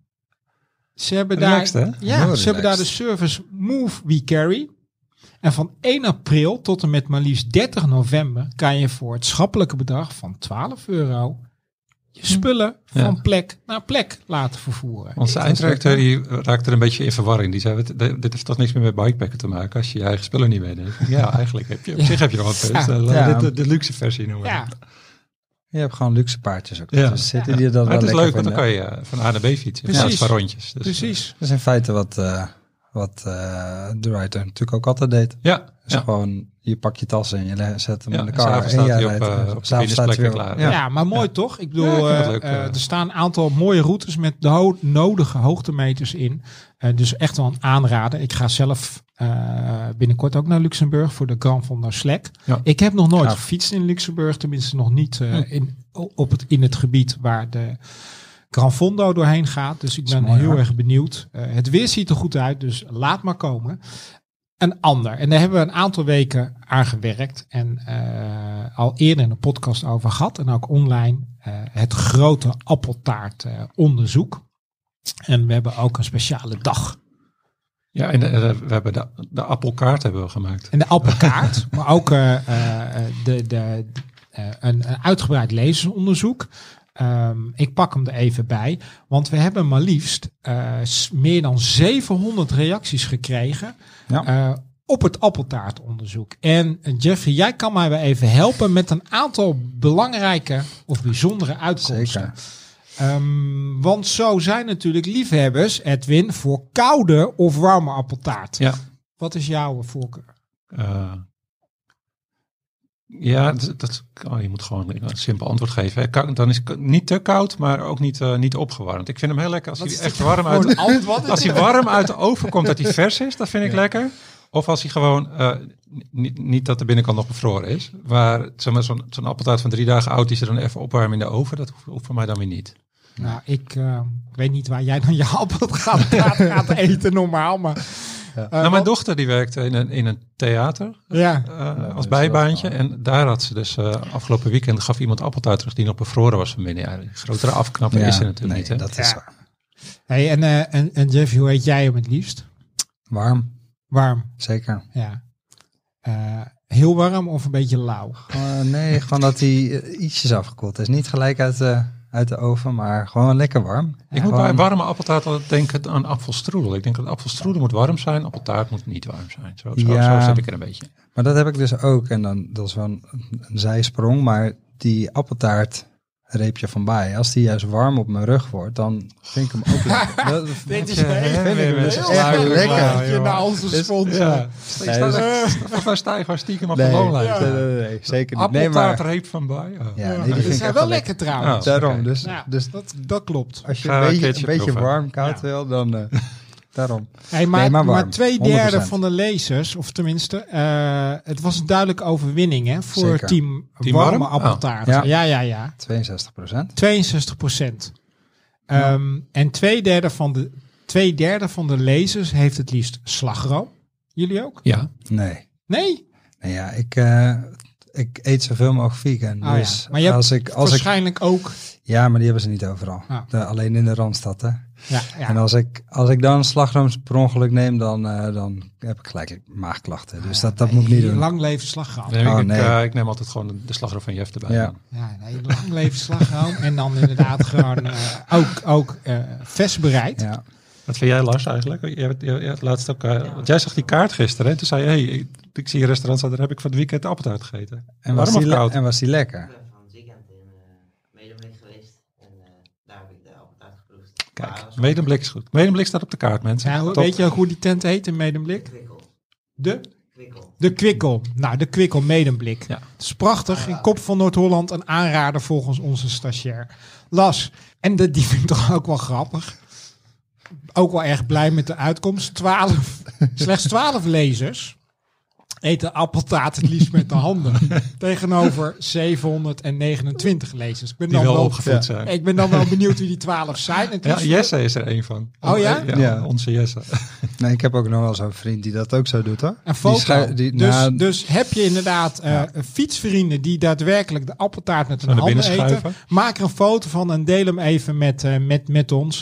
Ze hebben relaxed, daar, hè? Ja, ze hebben daar de service Move We Carry. En van één april tot en met maar liefst dertig november kan je voor het schappelijke bedrag van twaalf euro je spullen ja. van plek naar plek laten vervoeren. Onze eindredacteur die raakte er een beetje in verwarring. Die zei, dit heeft toch niks meer met bikepacken te maken als je je eigen spullen niet meeneemt. Ja, eigenlijk heb je op ja. zich heb je wel een feest. Ja. Laten we ja. dit de, de luxe versie noemen. Ja. Je hebt gewoon luxe paardjes ook. Ja. Dus zitten die dat wel het is leuk, want dan kan je van A naar B fietsen. Precies. Ja, een paar rondjes. Dus, Precies. Dat is in feite wat, uh, wat uh, de rider natuurlijk ook altijd deed. Ja. Dus ja. gewoon, je pakt je tas en je zet hem ja, in de kar. En staat hij op, uh, op de finisplek klaar. Ja. ja, maar mooi ja. toch? Ik bedoel, ja, ik leuk, uh, uh, er staan een aantal mooie routes met de ho- nodige hoogtemeters in. Uh, dus echt wel een aanrader. Ik ga zelf uh, binnenkort ook naar Luxemburg voor de Grand Fondo Slek. Ja. Ik heb nog nooit ja. gefietst in Luxemburg. Tenminste nog niet uh, ja. in, op het, in het gebied waar de Grand Fondo doorheen gaat. Dus ik ben mooi, heel hoor. erg benieuwd. Uh, het weer ziet er goed uit, dus laat maar komen. Een ander. En daar hebben we een aantal weken aan gewerkt. En uh, al eerder in een podcast over gehad. En ook online. Uh, het grote appeltaart uh, onderzoek. En we hebben ook een speciale dag. Ja, en de, we hebben de, de appelkaart hebben we gemaakt. En de appelkaart. maar ook uh, uh, de, de, uh, een, een uitgebreid lezersonderzoek. Um, ik pak hem er even bij. Want we hebben maar liefst uh, meer dan zevenhonderd reacties gekregen. Ja. Uh, op het appeltaartonderzoek. En uh, Jeffrey, jij kan mij wel even helpen met een aantal belangrijke of bijzondere uitkomsten. Zeker. Um, want zo zijn natuurlijk liefhebbers, Edwin, voor koude of warme appeltaart. Ja. Wat is jouw voorkeur? Uh, ja, dat, dat, oh, je moet gewoon een simpel antwoord geven. Hè. Dan is het niet te koud, maar ook niet, uh, niet opgewarmd. Ik vind hem heel lekker als Wat hij echt warm uit, als hij warm uit de oven komt, dat hij vers is. Dat vind ik ja. lekker. Of als hij gewoon, uh, niet, niet dat de binnenkant nog bevroren is, maar zeg maar, zo'n, zo'n appeltaart van drie dagen oud die ze dan even opwarmen in de oven, dat hoeft, hoeft voor mij dan weer niet. Nou, ik, uh, ik weet niet waar jij dan je appeltaart gaat, gaat eten normaal, maar... Ja. Uh, nou, mijn dochter die werkte in een, in een theater ja. uh, ja, als bijbaantje. En daar had ze dus uh, afgelopen weekend gaf iemand appeltaart terug die nog bevroren was van binnen. Ja, grotere afknappen ja, is er natuurlijk nee, niet. Hè? Dat is ja. waar. Hey, en, uh, en, en Jeff, hoe heet jij hem het liefst? Warm. Warm. Zeker. Ja. Uh, heel warm of een beetje lauw? Uh, nee, gewoon dat hij uh, ietsjes afgekoeld is. Niet gelijk uit de... uit de oven, maar gewoon lekker warm. Ik ja, moet bij warme appeltaart altijd denken aan apfelstrudel. Ik denk dat apfelstrudel moet warm zijn, appeltaart moet niet warm zijn. Zo, zo, ja, zo zet ik er een beetje. Maar dat heb ik dus ook. En dan, dat is wel een, een zijsprong, maar die appeltaart reepje van bij. Als die juist warm op mijn rug wordt, dan vind ik hem ook lekker. Dat Dit is vind ik heel echt lekker. naar onze sponsor. Ja. Waar sta je gewoon stiekem op de loonlijst? Nee, nee, nee, zeker niet. Appeltaartreep van bij. Oh. Ja, nee, die die vind zijn wel lekker trouwens. Ja, daarom. Dus, ja, dus dat, dat klopt. Als je een beetje, een beetje warm koud ja. wil, dan uh, daarom. Hey, maar, nee, maar, maar twee derde honderd procent van de lezers, of tenminste, uh, het was een duidelijke overwinning hè, voor Zeker. team, team Warme warm? Appeltaart. Oh. Ja. ja, ja, ja. tweeënzestig procent. tweeënzestig procent. Um, ja. En twee derde, van de, twee derde van de lezers heeft het liefst slagroom. Jullie ook? Ja. Nee. Nee? Nee, ja, ik... Uh, Ik eet zoveel mogelijk vegan. Oh, dus ja. Maar je als hebt ik, als waarschijnlijk ik, ook... Ja, maar die hebben ze niet overal. Oh. De, alleen in de Randstad, hè. Ja, ja. En als ik, als ik dan slagroom per ongeluk neem, dan, uh, dan heb ik gelijk maagklachten. Dus dat, dat nee, moet ik niet doen. Lang leven slagroom. Nee, oh, ik, nee. uh, ik neem altijd gewoon de, de slagroom van Jeff erbij. Ja, ja nee, lang leven slagroom. En dan inderdaad gewoon uh, ook, ook uh, vers bereid. Ja. Wat vind jij, Lars, eigenlijk? Je hebt, je, je hebt laatst ook, uh, want jij zag die kaart gisteren. Hè? Toen zei je, hey, ik, ik zie een restaurant staan, daar heb ik van het weekend appeltaart gegeten. En was, die le- en was die lekker? Ik ben van het weekend in uh, Medemblik geweest. En uh, daar heb ik de appeltaart geproefd. Kijk, Medemblik is goed. Medemblik staat op de kaart, mensen. Ja, hoe, weet je hoe die tent heet in Medemblik? De Kwikkel. De? Kwikkel. De Kwikkel. Nou, de Kwikkel Medemblik. Ja. Het is prachtig. In Kop van Noord-Holland een aanrader volgens onze stagiair. Las. En de, die vind ik toch ook wel grappig. Ook wel erg blij met de uitkomst. twaalf, slechts twaalf lezers eten appeltaart het liefst met de handen. Tegenover zevenhonderdnegenentwintig lezers. Ik ben die dan wel, wel opgevoed zijn. Ik ben dan wel benieuwd wie die twaalf zijn. Het ja, Jesse is er een van. Oh ja? Ja, ja. Onze Jesse. Nee, ik heb ook nog wel zo'n vriend die dat ook zo doet, hoor. Een foto. Die schu- die, dus, nou, dus heb je inderdaad uh, ja. fietsvrienden die daadwerkelijk de appeltaart met hun handen eten. Maak er een foto van en deel hem even met, uh, met, met ons.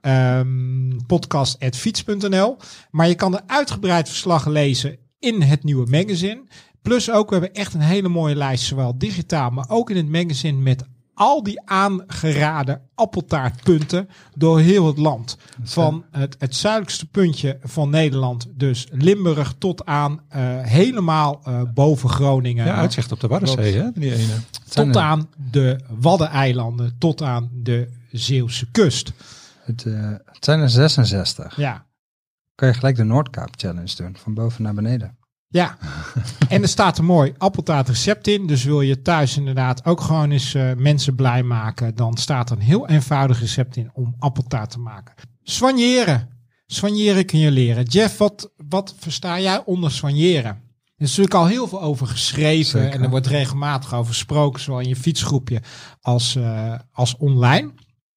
Um, podcast at fiets punt n l. Maar je kan er uitgebreid verslag lezen in het nieuwe magazine. Plus ook, we hebben echt een hele mooie lijst, zowel digitaal, maar ook in het magazine met al die aangeraden appeltaartpunten door heel het land. Van het, het zuidelijkste puntje van Nederland, dus Limburg, tot aan uh, helemaal uh, boven Groningen. Ja, uitzicht op de Waddenzee, hè? Die ene. Tot aan de Waddeneilanden, tot aan de Zeeuwse kust. Het, uh, het zijn er zesenzestig. Ja. Kan je gelijk de Noordkaap Challenge doen, van boven naar beneden. Ja, en er staat een mooi appeltaart recept in. Dus wil je thuis inderdaad ook gewoon eens uh, mensen blij maken, dan staat er een heel eenvoudig recept in om appeltaart te maken. Soigneren. Soigneren kun je leren. Jeff, wat, wat versta jij onder soigneren? Er is natuurlijk al heel veel over geschreven. Zeker. En er wordt regelmatig over gesproken, zowel in je fietsgroepje als, uh, als online.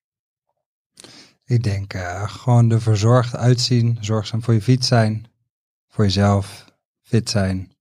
Ik denk uh, gewoon er verzorgd uitzien, zorgzaam voor je fiets zijn, voor jezelf, fit zijn.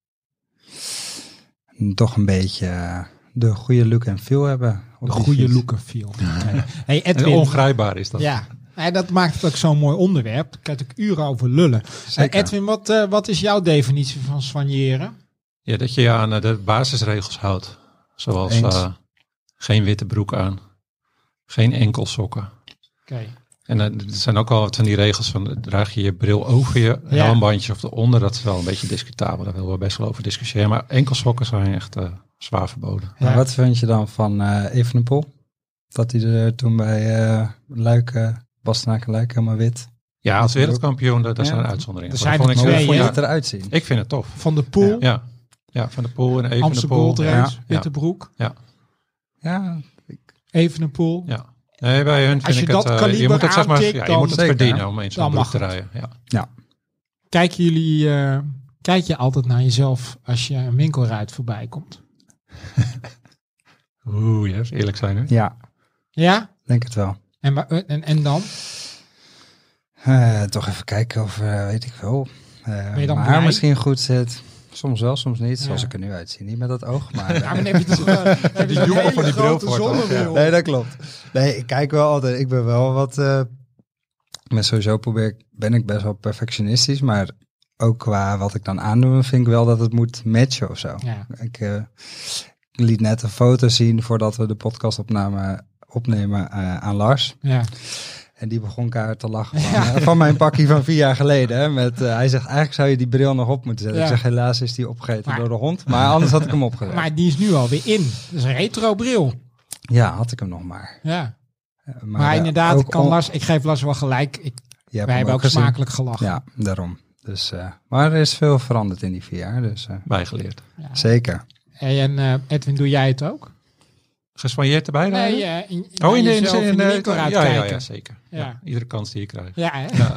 En toch een beetje uh, de goede look en feel hebben. De goede fiets. Look en feel. Okay. Hey Edwin, en ongrijpbaar is dat. Ja, hey, dat maakt het ook zo'n mooi onderwerp. Daar kan ik uren over lullen. Hey, Edwin, wat, uh, wat is jouw definitie van soigneren? Ja, dat je je aan uh, de basisregels houdt. Zoals uh, geen witte broek aan, geen enkelsokken. Oké. Okay. En uh, er zijn ook al wat van die regels van, draag je je bril over je ja. helmbandje of eronder. Dat is wel een beetje discutabel, daar willen we best wel over discussiëren. Maar enkelsokken zijn echt uh, zwaar verboden. Ja. Maar wat vind je dan van uh, Evenepoel? Dat hij er toen bij uh, Luik, uh, Bastenaken Luik helemaal wit. Ja, als wereldkampioen, daar ja. zijn uitzonderingen. Er zijn er twee, vond je het eruit zien? Ik vind het tof. Van de Poel? Ja, ja. ja Van de Poel en Evenepoel. Amstel Gold Race, ja. witte broek. Ja. Ja. Evenepoel. Ja. Nee, bij hun als je vind dat ik het, uh, je moet het, zeg maar, ja, je moet het verdienen om eens zo'n broek te rijden. Ja. Ja. Kijken jullie, uh, kijk je altijd naar jezelf als je een winkelruit voorbij komt? Oeh, yes, eerlijk zijn hè? Ja. Ja? Denk het wel. En, en, en dan? Uh, toch even kijken of, uh, weet ik wel, uh, ben je dan mijn haar misschien goed zit. Soms wel, soms niet. Zoals ja. ik er nu uitzie. Niet met dat oog, maar... ja, maar dan heb je toch wel heb je die jongen van die bril voor ja. Nee, dat klopt. Nee, ik kijk wel altijd. Ik ben wel wat... Uh, met sowieso probeer ik, ben ik best wel perfectionistisch, maar ook qua wat ik dan aandoe, vind ik wel dat het moet matchen of zo. Ja. Ik, uh, ik liet net een foto zien voordat we de podcast opnamen, opnemen uh, aan Lars. Ja. En die begon kaart te lachen van, ja. uh, van mijn pakkie van vier jaar geleden. Hè, met, uh, hij zegt, eigenlijk zou je die bril nog op moeten zetten. Ja. Ik zeg, helaas is die opgegeten maar, door de hond. Maar anders had ik hem opgezet. Maar die is nu alweer in. Dat is een retro bril. Ja, had ik hem nog maar. Ja. Uh, maar maar uh, inderdaad, ik, kan on... Lars, ik geef Lars wel gelijk. Ik, wij hebben ook, ook smakelijk gelachen. Ja, daarom. Dus, uh, maar er is veel veranderd in die vier jaar. Dus, uh, bijgeleerd. Ja. Zeker. Hey, en uh, Edwin, doe jij het ook? Gespanjeerd erbij? Nee, uh, in, oh, in de, in, in, in de de, ja, ja, ja, ja, zeker. Ja. Ja, iedere kans die je krijgt. Ja, hè? Ja.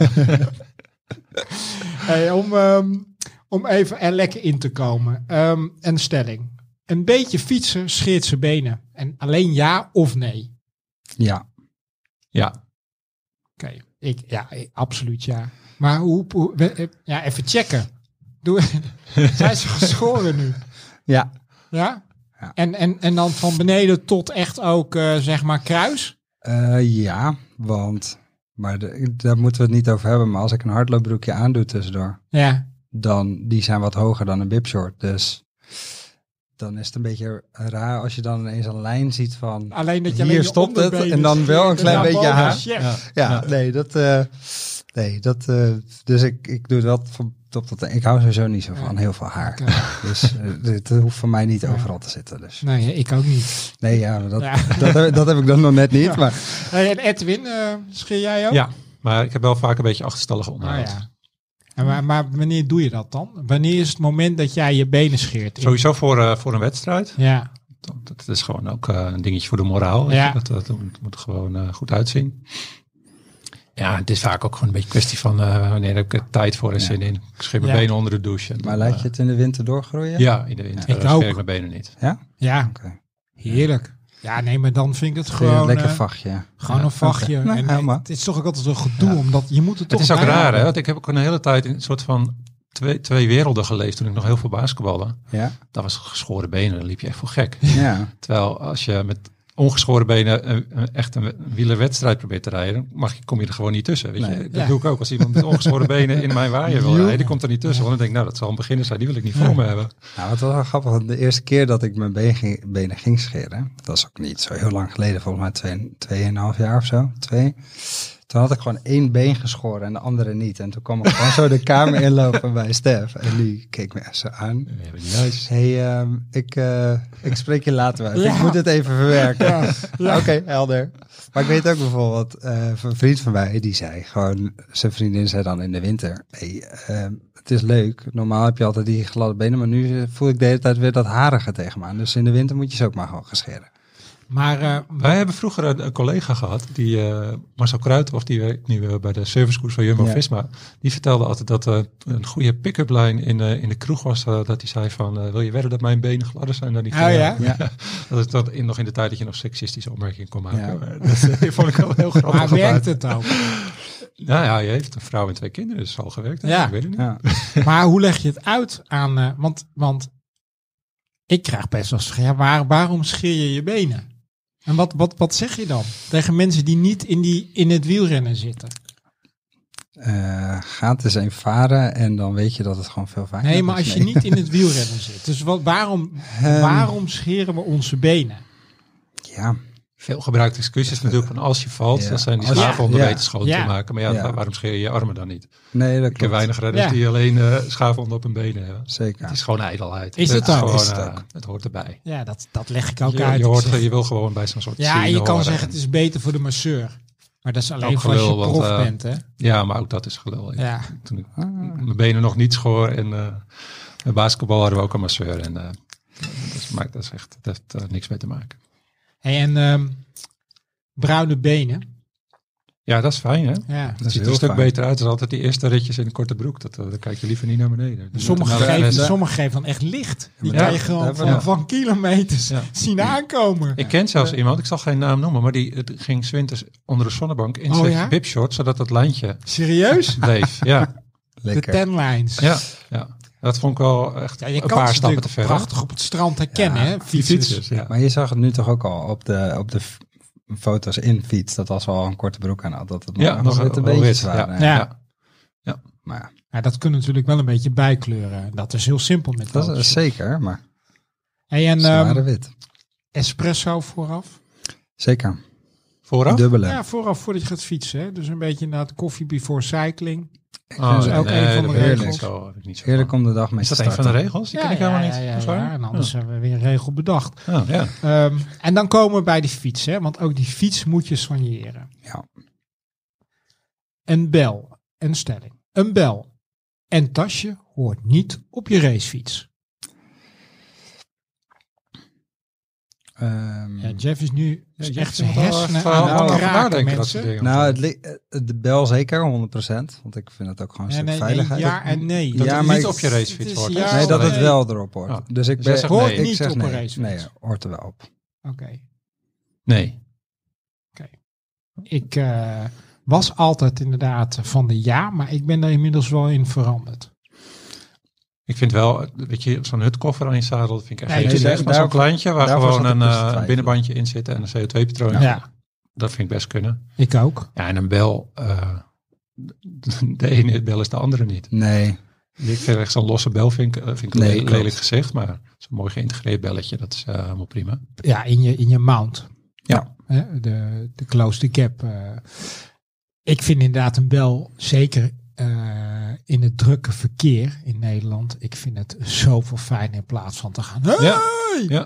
Hey, om, um, om even er lekker in te komen. Um, een stelling. Een beetje fietsen scheert zijn benen. En alleen ja of nee? Ja. Ja. Oké, okay. ik ja, ik, absoluut ja. Maar hoe, hoe we, ja, even checken. Doe, zijn ze geschoren nu? Ja. Ja? Ja. En, en, en dan van beneden tot echt ook, uh, zeg maar, kruis? Uh, ja, want... Maar de, daar moeten we het niet over hebben. Maar als ik een hardloopbroekje aandoe tussendoor... Ja. Dan, die zijn wat hoger dan een bibshort. Dus dan is het een beetje raar als je dan ineens een lijn ziet van... Alleen dat je hier alleen stopt het en dan wel een klein beetje haar. Ja, ja, ja, nee, dat... Uh, nee, dat... Uh, dus ik, ik doe het wel van top tot... Ik hou sowieso niet zo van ja. heel veel haar. Okay. Dus uh, het hoeft voor mij niet ja. overal te zitten. Dus. Nee, ik ook niet. Nee, ja, dat, ja. dat, dat, dat heb ik dan nog net niet. Ja. Maar. Hey, en Edwin, uh, scheer jij ook? Ja, maar ik heb wel vaak een beetje achterstallige onderhoud. Ah, ja. En maar, maar wanneer doe je dat dan? Wanneer is het moment dat jij je benen scheert? Sowieso voor, uh, voor een wedstrijd. Ja. Dat, dat is gewoon ook uh, een dingetje voor de moraal. Ja. Dat, dat, dat moet gewoon uh, goed uitzien. Ja, het is vaak ook gewoon een beetje kwestie van uh, wanneer heb ik er tijd voor en zin in. Ik scheer mijn ja. benen onder de douche. Maar laat je het in de winter doorgroeien? Ja, in de winter ja, ik scheer ook. ik mijn benen niet. Ja? Ja, okay. Heerlijk. Ja, nee, maar dan vind ik het gewoon... Lekker uh, vachtje. Gewoon ja, een vachtje. Okay. En, nou, het is toch ook altijd een gedoe, ja. omdat je moet het toch... Het is ook raar, hè? Want ik heb ook een hele tijd in een soort van twee, twee werelden geleefd toen ik nog heel veel basketbalde. Ja. Dat was geschoren benen, dan liep je echt voor gek. Ja. Terwijl als je met ongeschoren benen een, een, echt een wielerwedstrijd probeert te rijden, mag je, kom je er gewoon niet tussen. Weet nee. je? Dat ja. doe ik ook. Als iemand met ongeschoren benen in mijn waaier wil rijden, die komt er niet tussen. Want dan denk ik, nou, dat zal een beginner zijn, die wil ik niet voor ja. me hebben. Nou, het was wel grappig. De eerste keer dat ik mijn been ging, benen ging scheren, dat is ook niet zo heel lang geleden, volgens mij twee, tweeënhalf jaar of zo. Twee. Toen had ik gewoon één been geschoren en de andere niet. En toen kwam ik gewoon zo de kamer inlopen bij Stef. En die keek me echt zo aan. Ja, nice. Hey, um, ik, uh, ik spreek je later uit. Ja. Ik moet het even verwerken. Ja. Ja. Oké, okay, helder. Maar ik weet ook bijvoorbeeld, uh, een vriend van mij, die zei gewoon, zijn vriendin zei dan in de winter, hey, uh, het is leuk. Normaal heb je altijd die gladde benen, maar nu voel ik de hele tijd weer dat harige tegen me aan. Dus in de winter moet je ze ook maar gewoon gescheren. Maar uh, wij hebben vroeger een, een collega gehad, die uh, Marcel Kruithof, die werkt nu uh, bij de servicekoers van Jumbo-Visma. Ja. Die vertelde altijd dat uh, een goede pick-up line in, uh, in de kroeg was. Uh, dat hij zei van, uh, wil je wedden dat mijn benen gladder zijn dan die van oh, ja? ja. Dat is dat in, nog in de tijd dat je nog seksistische opmerkingen kon maken. Ja. Dat uh, vond ik wel heel grappig. Maar werkt het ook? Nou ja, je heeft een vrouw en twee kinderen, dus al gewerkt. Ja. Ik weet het niet. Ja. Maar hoe leg je het uit aan, uh, want, want ik krijg best wel eens, ja, waar, waarom scheer je je benen? En wat, wat, wat zeg je dan tegen mensen die niet in, die, in het wielrennen zitten? Uh, gaat eens een varen en dan weet je dat het gewoon veel fijner is. Nee, maar als je niet in het wielrennen zit. Dus wat, waarom, um, waarom scheren we onze benen? Ja. Veel gebruikte excuses ja. natuurlijk van als je valt, ja. dan zijn die schaven om de weten schoon ja. te maken. Maar ja, ja, waarom scheer je je armen dan niet? Nee, dat klopt. Ik heb weinig redders ja. die alleen uh, schaven onder op hun benen hebben. Zeker. Het is gewoon ijdelheid. Is het, het ook? Gewoon, is het uh, ook? Het hoort erbij. Ja, dat, dat leg ik ook je, uit. Je, hoort, je wil gewoon bij zo'n soort Ja, je kan horen. zeggen het is beter voor de masseur. Maar dat is alleen gelul, voor als je prof want, uh, bent, hè? Ja, maar ook dat is gelul. Ja. Toen ik ah. mijn benen nog niet schoor en uh, met basketbal hadden we ook een masseur. En uh, dat, maakt, dat is echt, dat heeft uh, niks mee te maken. Hey, en um, bruine benen. Ja, dat is fijn, hè? Ja. Dat ziet er een stuk fijn. Beter uit dan altijd die eerste ritjes in een korte broek. Dat, uh, dan kijk je liever niet naar beneden. Dus sommige, geven, de... sommige geven dan echt licht. Die ja, kan je gewoon van, ja. van kilometers ja. zien aankomen. Ik ken zelfs ja. iemand, ik zal geen naam noemen, maar die het ging 's winters onder de zonnebank in oh, zijn ja? bibshort, zodat dat lijntje serieus bleef. Ja. Lekker. De ten lines. Ja, ja. Dat vond ik wel echt ja, je een paar stappen te ver. Prachtig op het strand herkennen, ja, hè? Fietsers. Fietsers ja. Maar je zag het nu toch ook al op de, op de foto's in fiets, dat was wel een korte broek aan had. Dat het ja, nog witte beentjes waren. Ja. Ja. Ja. Maar ja. Ja, dat kunnen natuurlijk wel een beetje bijkleuren. Dat is heel simpel met dat. Dat is zeker, maar hey, en, zware um, wit. Espresso vooraf? Zeker. Vooraf? Dubbele. Ja, vooraf voordat je gaat fietsen. Hè? Dus een beetje inderdaad koffie before cycling. Oh, dat is ook nee, een van de heerlijk. regels. Zo, heb ik niet zo Heerlijk van. om de dag mee Is te dat een starten. van de regels? Die Ja, ken ik ja, helemaal ja, niet. ja, Of zo? ja, en anders Oh. hebben we weer een regel bedacht. Oh, ja. Um, en dan komen we bij die fiets, hè, want ook die fiets moet je soigneren. Ja. Een bel, een stelling. Een bel en tasje hoort niet op je racefiets. Um, Ja, Jeff is nu Ja, Jeff echt is zijn wel hersenen even aan lang het over raken, nadenken, dat soort mensen. dingen. nou, het li- eh, de bel zeker, honderd procent. Want ik vind het ook gewoon een Ja, stuk nee, nee, veiligheid. ja en nee. Dat Ja, het maar niet ik- op je het racefiets is hoort. ja hè? Nee, dat nee. het wel erop hoort. Oh. Dus ik Dus jij ben, zegt hoort nee. ik niet zeg op een nee. racefiets. Nee, hoort er wel op. Oké. Nee. Ik uh, was altijd inderdaad van de ja, maar ik ben daar inmiddels wel in veranderd. Ik vind wel, weet je, zo'n hutkoffer aan je zadel, dat vind ik echt Nee, niet dus slecht. daar- Maar zo'n daarvoor- kleintje waar daarvoor gewoon zat ik een dus te uh, twijfelen. binnenbandje in zit en een C O twee patroon. Ja. Dat vind ik best kunnen. Ik ook. Ja, en een bel, uh, de ene bel is de andere niet. Nee. Ik vind echt zo'n losse bel vind ik, vind ik Nee, le- klopt. lelijk gezegd, maar zo'n mooi geïntegreerd belletje, dat is uh, helemaal prima. Ja, in je, in je mount. Ja. Hè, de, de close the gap. Uh, ik vind inderdaad een bel, zeker uh, in het drukke verkeer in Nederland, ik vind het zoveel fijner in plaats van te gaan. Hey! Ja. Ja.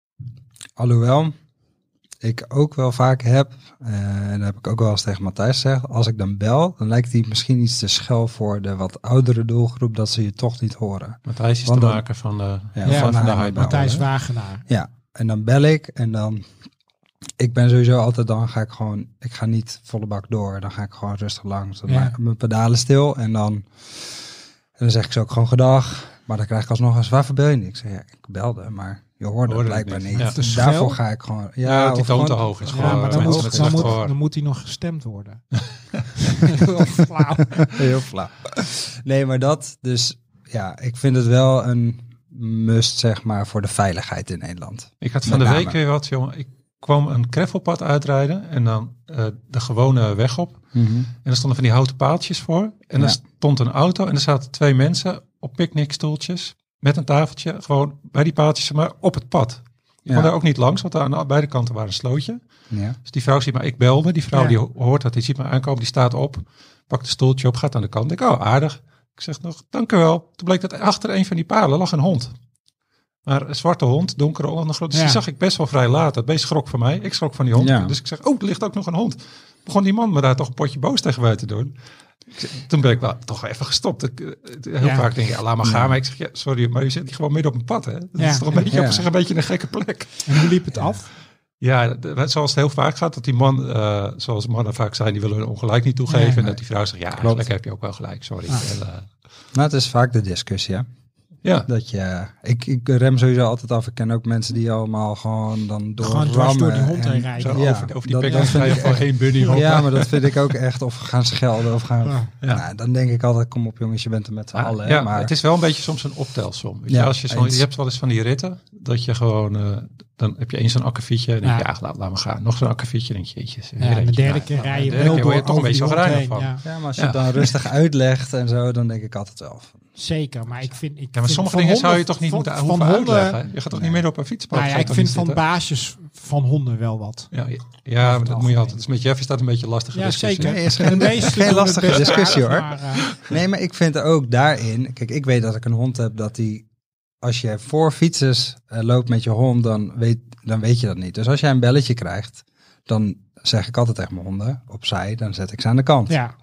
Alhoewel, ik ook wel vaak heb, uh, en dat heb ik ook wel eens tegen Matthijs gezegd, als ik dan bel, dan lijkt die misschien iets te schel voor de wat oudere doelgroep, dat ze je toch niet horen. Matthijs is Want de dan- maker van de, Ja, ja, van van, van de Heimer hype. bel. Matthijs hè? Wagenaar. Ja, en dan bel ik en dan, ik ben sowieso altijd, dan ga ik gewoon, ik ga niet volle bak door, dan ga ik gewoon rustig langs, dan Ja. maak ik mijn pedalen stil en dan, en dan zeg ik ze ook gewoon gedag, maar dan krijg ik alsnog eens, waarvoor bel je niet? Ik zeg, ja, ik belde, maar je hoorde het Hoorde het blijkbaar niet. niet. Ja. Te Daarvoor schel? ga ik gewoon, Ja, ja, dat die of toon te gewoon- hoog is. Ja, Gewoon, maar uh, dan mensen moet, met dan, slecht moet, gehoor. dan moet hij nog gestemd worden. Heel flauw. Heel flauw. Nee, maar dat, dus ja, ik vind het wel een must, zeg maar, voor de veiligheid in Nederland. Ik had van Met de name. week weer wat, jongen. Ik kwam een gravelpad uitrijden en dan uh, de gewone weg op. En er stonden van die houten paaltjes voor. En Ja. er stond een auto en er zaten twee mensen op picknickstoeltjes met een tafeltje, gewoon bij die paaltjes, maar op het pad. Je Ja. kon daar ook niet langs, want aan beide kanten waren een slootje. Ja. Dus die vrouw ziet maar, ik belde. Die vrouw Ja. die ho- hoort dat, die ziet me aankomen, die staat op, pakt een stoeltje op, gaat aan de kant. Ik denk, oh aardig. Ik zeg nog, dank u wel. Toen bleek dat achter een van die palen lag een hond. Maar een zwarte hond, donkere ondergrond. Dus Ja. die zag ik best wel vrij laat. Het beest schrok van mij. Ik schrok van die hond. Ja. Dus ik zeg, oh, er ligt ook nog een hond. Begon die man me daar toch een potje boos tegen mij te doen. Ik zeg, toen ben ik wel toch even gestopt. Ik, eh, heel Ja. vaak denk ik, ja, laat maar Ja. gaan. Maar ik zeg, ja, sorry, maar je zit hier gewoon midden op een pad. Hè? Dat Ja. is toch een beetje, Ja. op zich een beetje een gekke plek. En hoe liep het af? Ja, d- zoals het heel vaak gaat, dat die man, uh, zoals mannen vaak zijn, die willen hun ongelijk niet toegeven. Ja. En dat die vrouw zegt, ja, eigenlijk heb je ook wel gelijk, sorry. Ah. En, uh, Nou, het is vaak de discussie, hè. ja, Dat je, ik, ik rem sowieso altijd af. Ik ken ook mensen die allemaal gewoon dan door Gewoon dwars door die hond heen rijden. zo Ja, over, over die dat- pik dat ga je vind ik voor één bunny op. Ja, maar dat vind ik ook echt. Of gaan schelden of gaan... Ja. Ja. Nou, dan denk ik altijd, kom op jongens, je bent er met z'n Ah, allen. ja, hè, maar het is wel een beetje soms een optelsom. Weet Ja, je, als je, zo, eens. je hebt wel eens van die ritten, dat je gewoon, uh, dan heb je eens zo'n akkefietje en denk je, Ja. ja, laat, laat maar gaan. Nog zo'n akkefietje, denk je, jeetjes. Ja, en de derde keer rij je derde wel keer door word je toch een beetje over die chagrijnig hond van. heen, ja. ja, maar als je Ja. het dan rustig uitlegt en zo, dan denk ik altijd wel van... Zeker, maar ik vind... Ik Ja, maar vind sommige van dingen zou je honden- toch niet van, moeten van hoeven honden, uitleggen. Je gaat toch Nee. niet midden op een fietspad? Nou ja, Ga je ik toch vind niet van zitten? baasjes van honden wel wat. Ja, ja, ja, maar dat moet je altijd. Dus met Jeff is dat een beetje een lastige Ja, discussie. zeker. Nee, is De geen- meeste geen doen het lastige best discussie, aardig, hoor. maar, uh, Nee, maar ik vind ook daarin... Kijk, ik weet dat ik een hond heb dat die... Als je voor fietsers uh, loopt met je hond, dan weet, dan weet je dat niet. Dus als jij een belletje krijgt, dan zeg ik altijd tegen mijn honden, opzij, dan zet ik ze aan de kant. ja,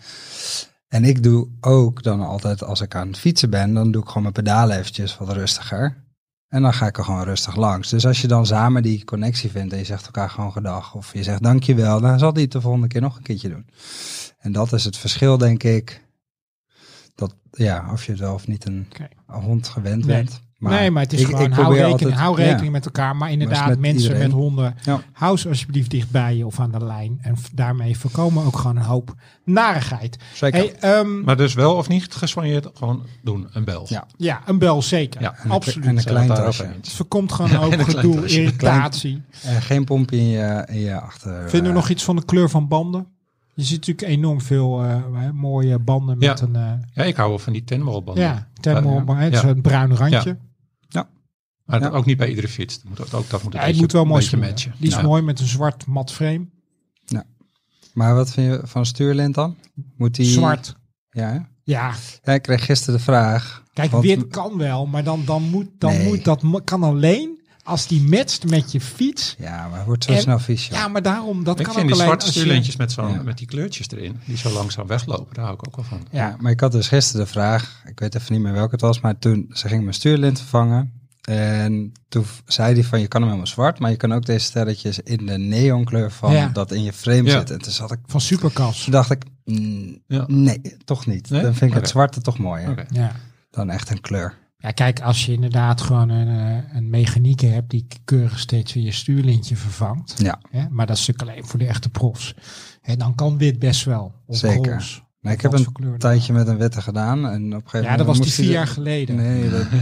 En ik doe ook dan altijd, als ik aan het fietsen ben, dan doe ik gewoon mijn pedalen eventjes wat rustiger. En dan ga ik er gewoon rustig langs. Dus als je dan samen die connectie vindt en je zegt elkaar gewoon gedag, of je zegt dankjewel, dan zal die het de volgende keer nog een keertje doen. En dat is het verschil, denk ik. Dat, ja, of je het wel of niet een, Oké. een hond gewend Nee. bent. nee, maar het is ik- gewoon, ik hou probeer rekening, altijd- hou rekening ja. met elkaar. Maar Maar inderdaad, met mensen iedereen. met honden, Ja. hou ze alsjeblieft dicht bij je of aan de lijn. En f- daarmee voorkomen ook gewoon een hoop narigheid. Zeker. Hey, ehm, Maar dus wel of niet gesoigneerd, gewoon doen, een bel. Ja. ja, een bel zeker. Ja, En een- absoluut. en een Zijn we het klein daarover tasje. eens? Het voorkomt gewoon ook en een klein gedoe, tasje. irritatie. En geen pompje in je, in je achter. Vinden we eh, nog iets van de kleur van banden? Je ziet natuurlijk enorm veel uh, mooie banden met Ja. een uh, Ja, ik hou wel van die tenmolbanden. ja, thermo, Ja. het is Ja. een bruin randje. Maar Ja. ook niet bij iedere fiets. Dat moet, ook, dat moet, een Ja, het beetje- moet wel een mooi beetje smoren. matchen. Die is Ja. mooi met een zwart mat frame. Maar wat vind je van stuurlint dan? Moet die... Zwart. Ja, Ja. ja, ik kreeg gisteren de vraag. Kijk, want... wit kan wel, maar dan, dan, moet, dan nee. moet dat kan alleen als die matcht met je fiets. Ja, maar het wordt zo en, snel vies. Ja, maar daarom, dat ik kan vind ook die alleen zwarte stuurlintjes je... met, zo'n, ja. met die kleurtjes erin, die zo langzaam weglopen, daar hou ik ook wel van. Ja, maar ik had dus gisteren de vraag, ik weet even niet meer welke het was, maar toen, ze ging mijn stuurlint vervangen. En toen zei hij van, je kan hem helemaal zwart, maar je kan ook deze sterretjes in de neonkleur van ja. dat in je frame ja. zit. En toen zat ik... Van Supercars. Toen dacht ik, mm, ja. nee, toch niet. Nee? Dan vind ik okay. het zwarte toch mooier. Okay. Ja. Dan echt een kleur. Ja, kijk, als je inderdaad gewoon een, een mechanieker hebt die keurig steeds weer je stuurlintje vervangt. Ja. Hè, maar dat is natuurlijk alleen voor de echte profs. Hè, dan kan wit best wel. Of zeker. Roze, nee, ik heb een tijdje met een witte gedaan. En op een gegeven ja, dat was die vier de... jaar geleden. Nee, dat...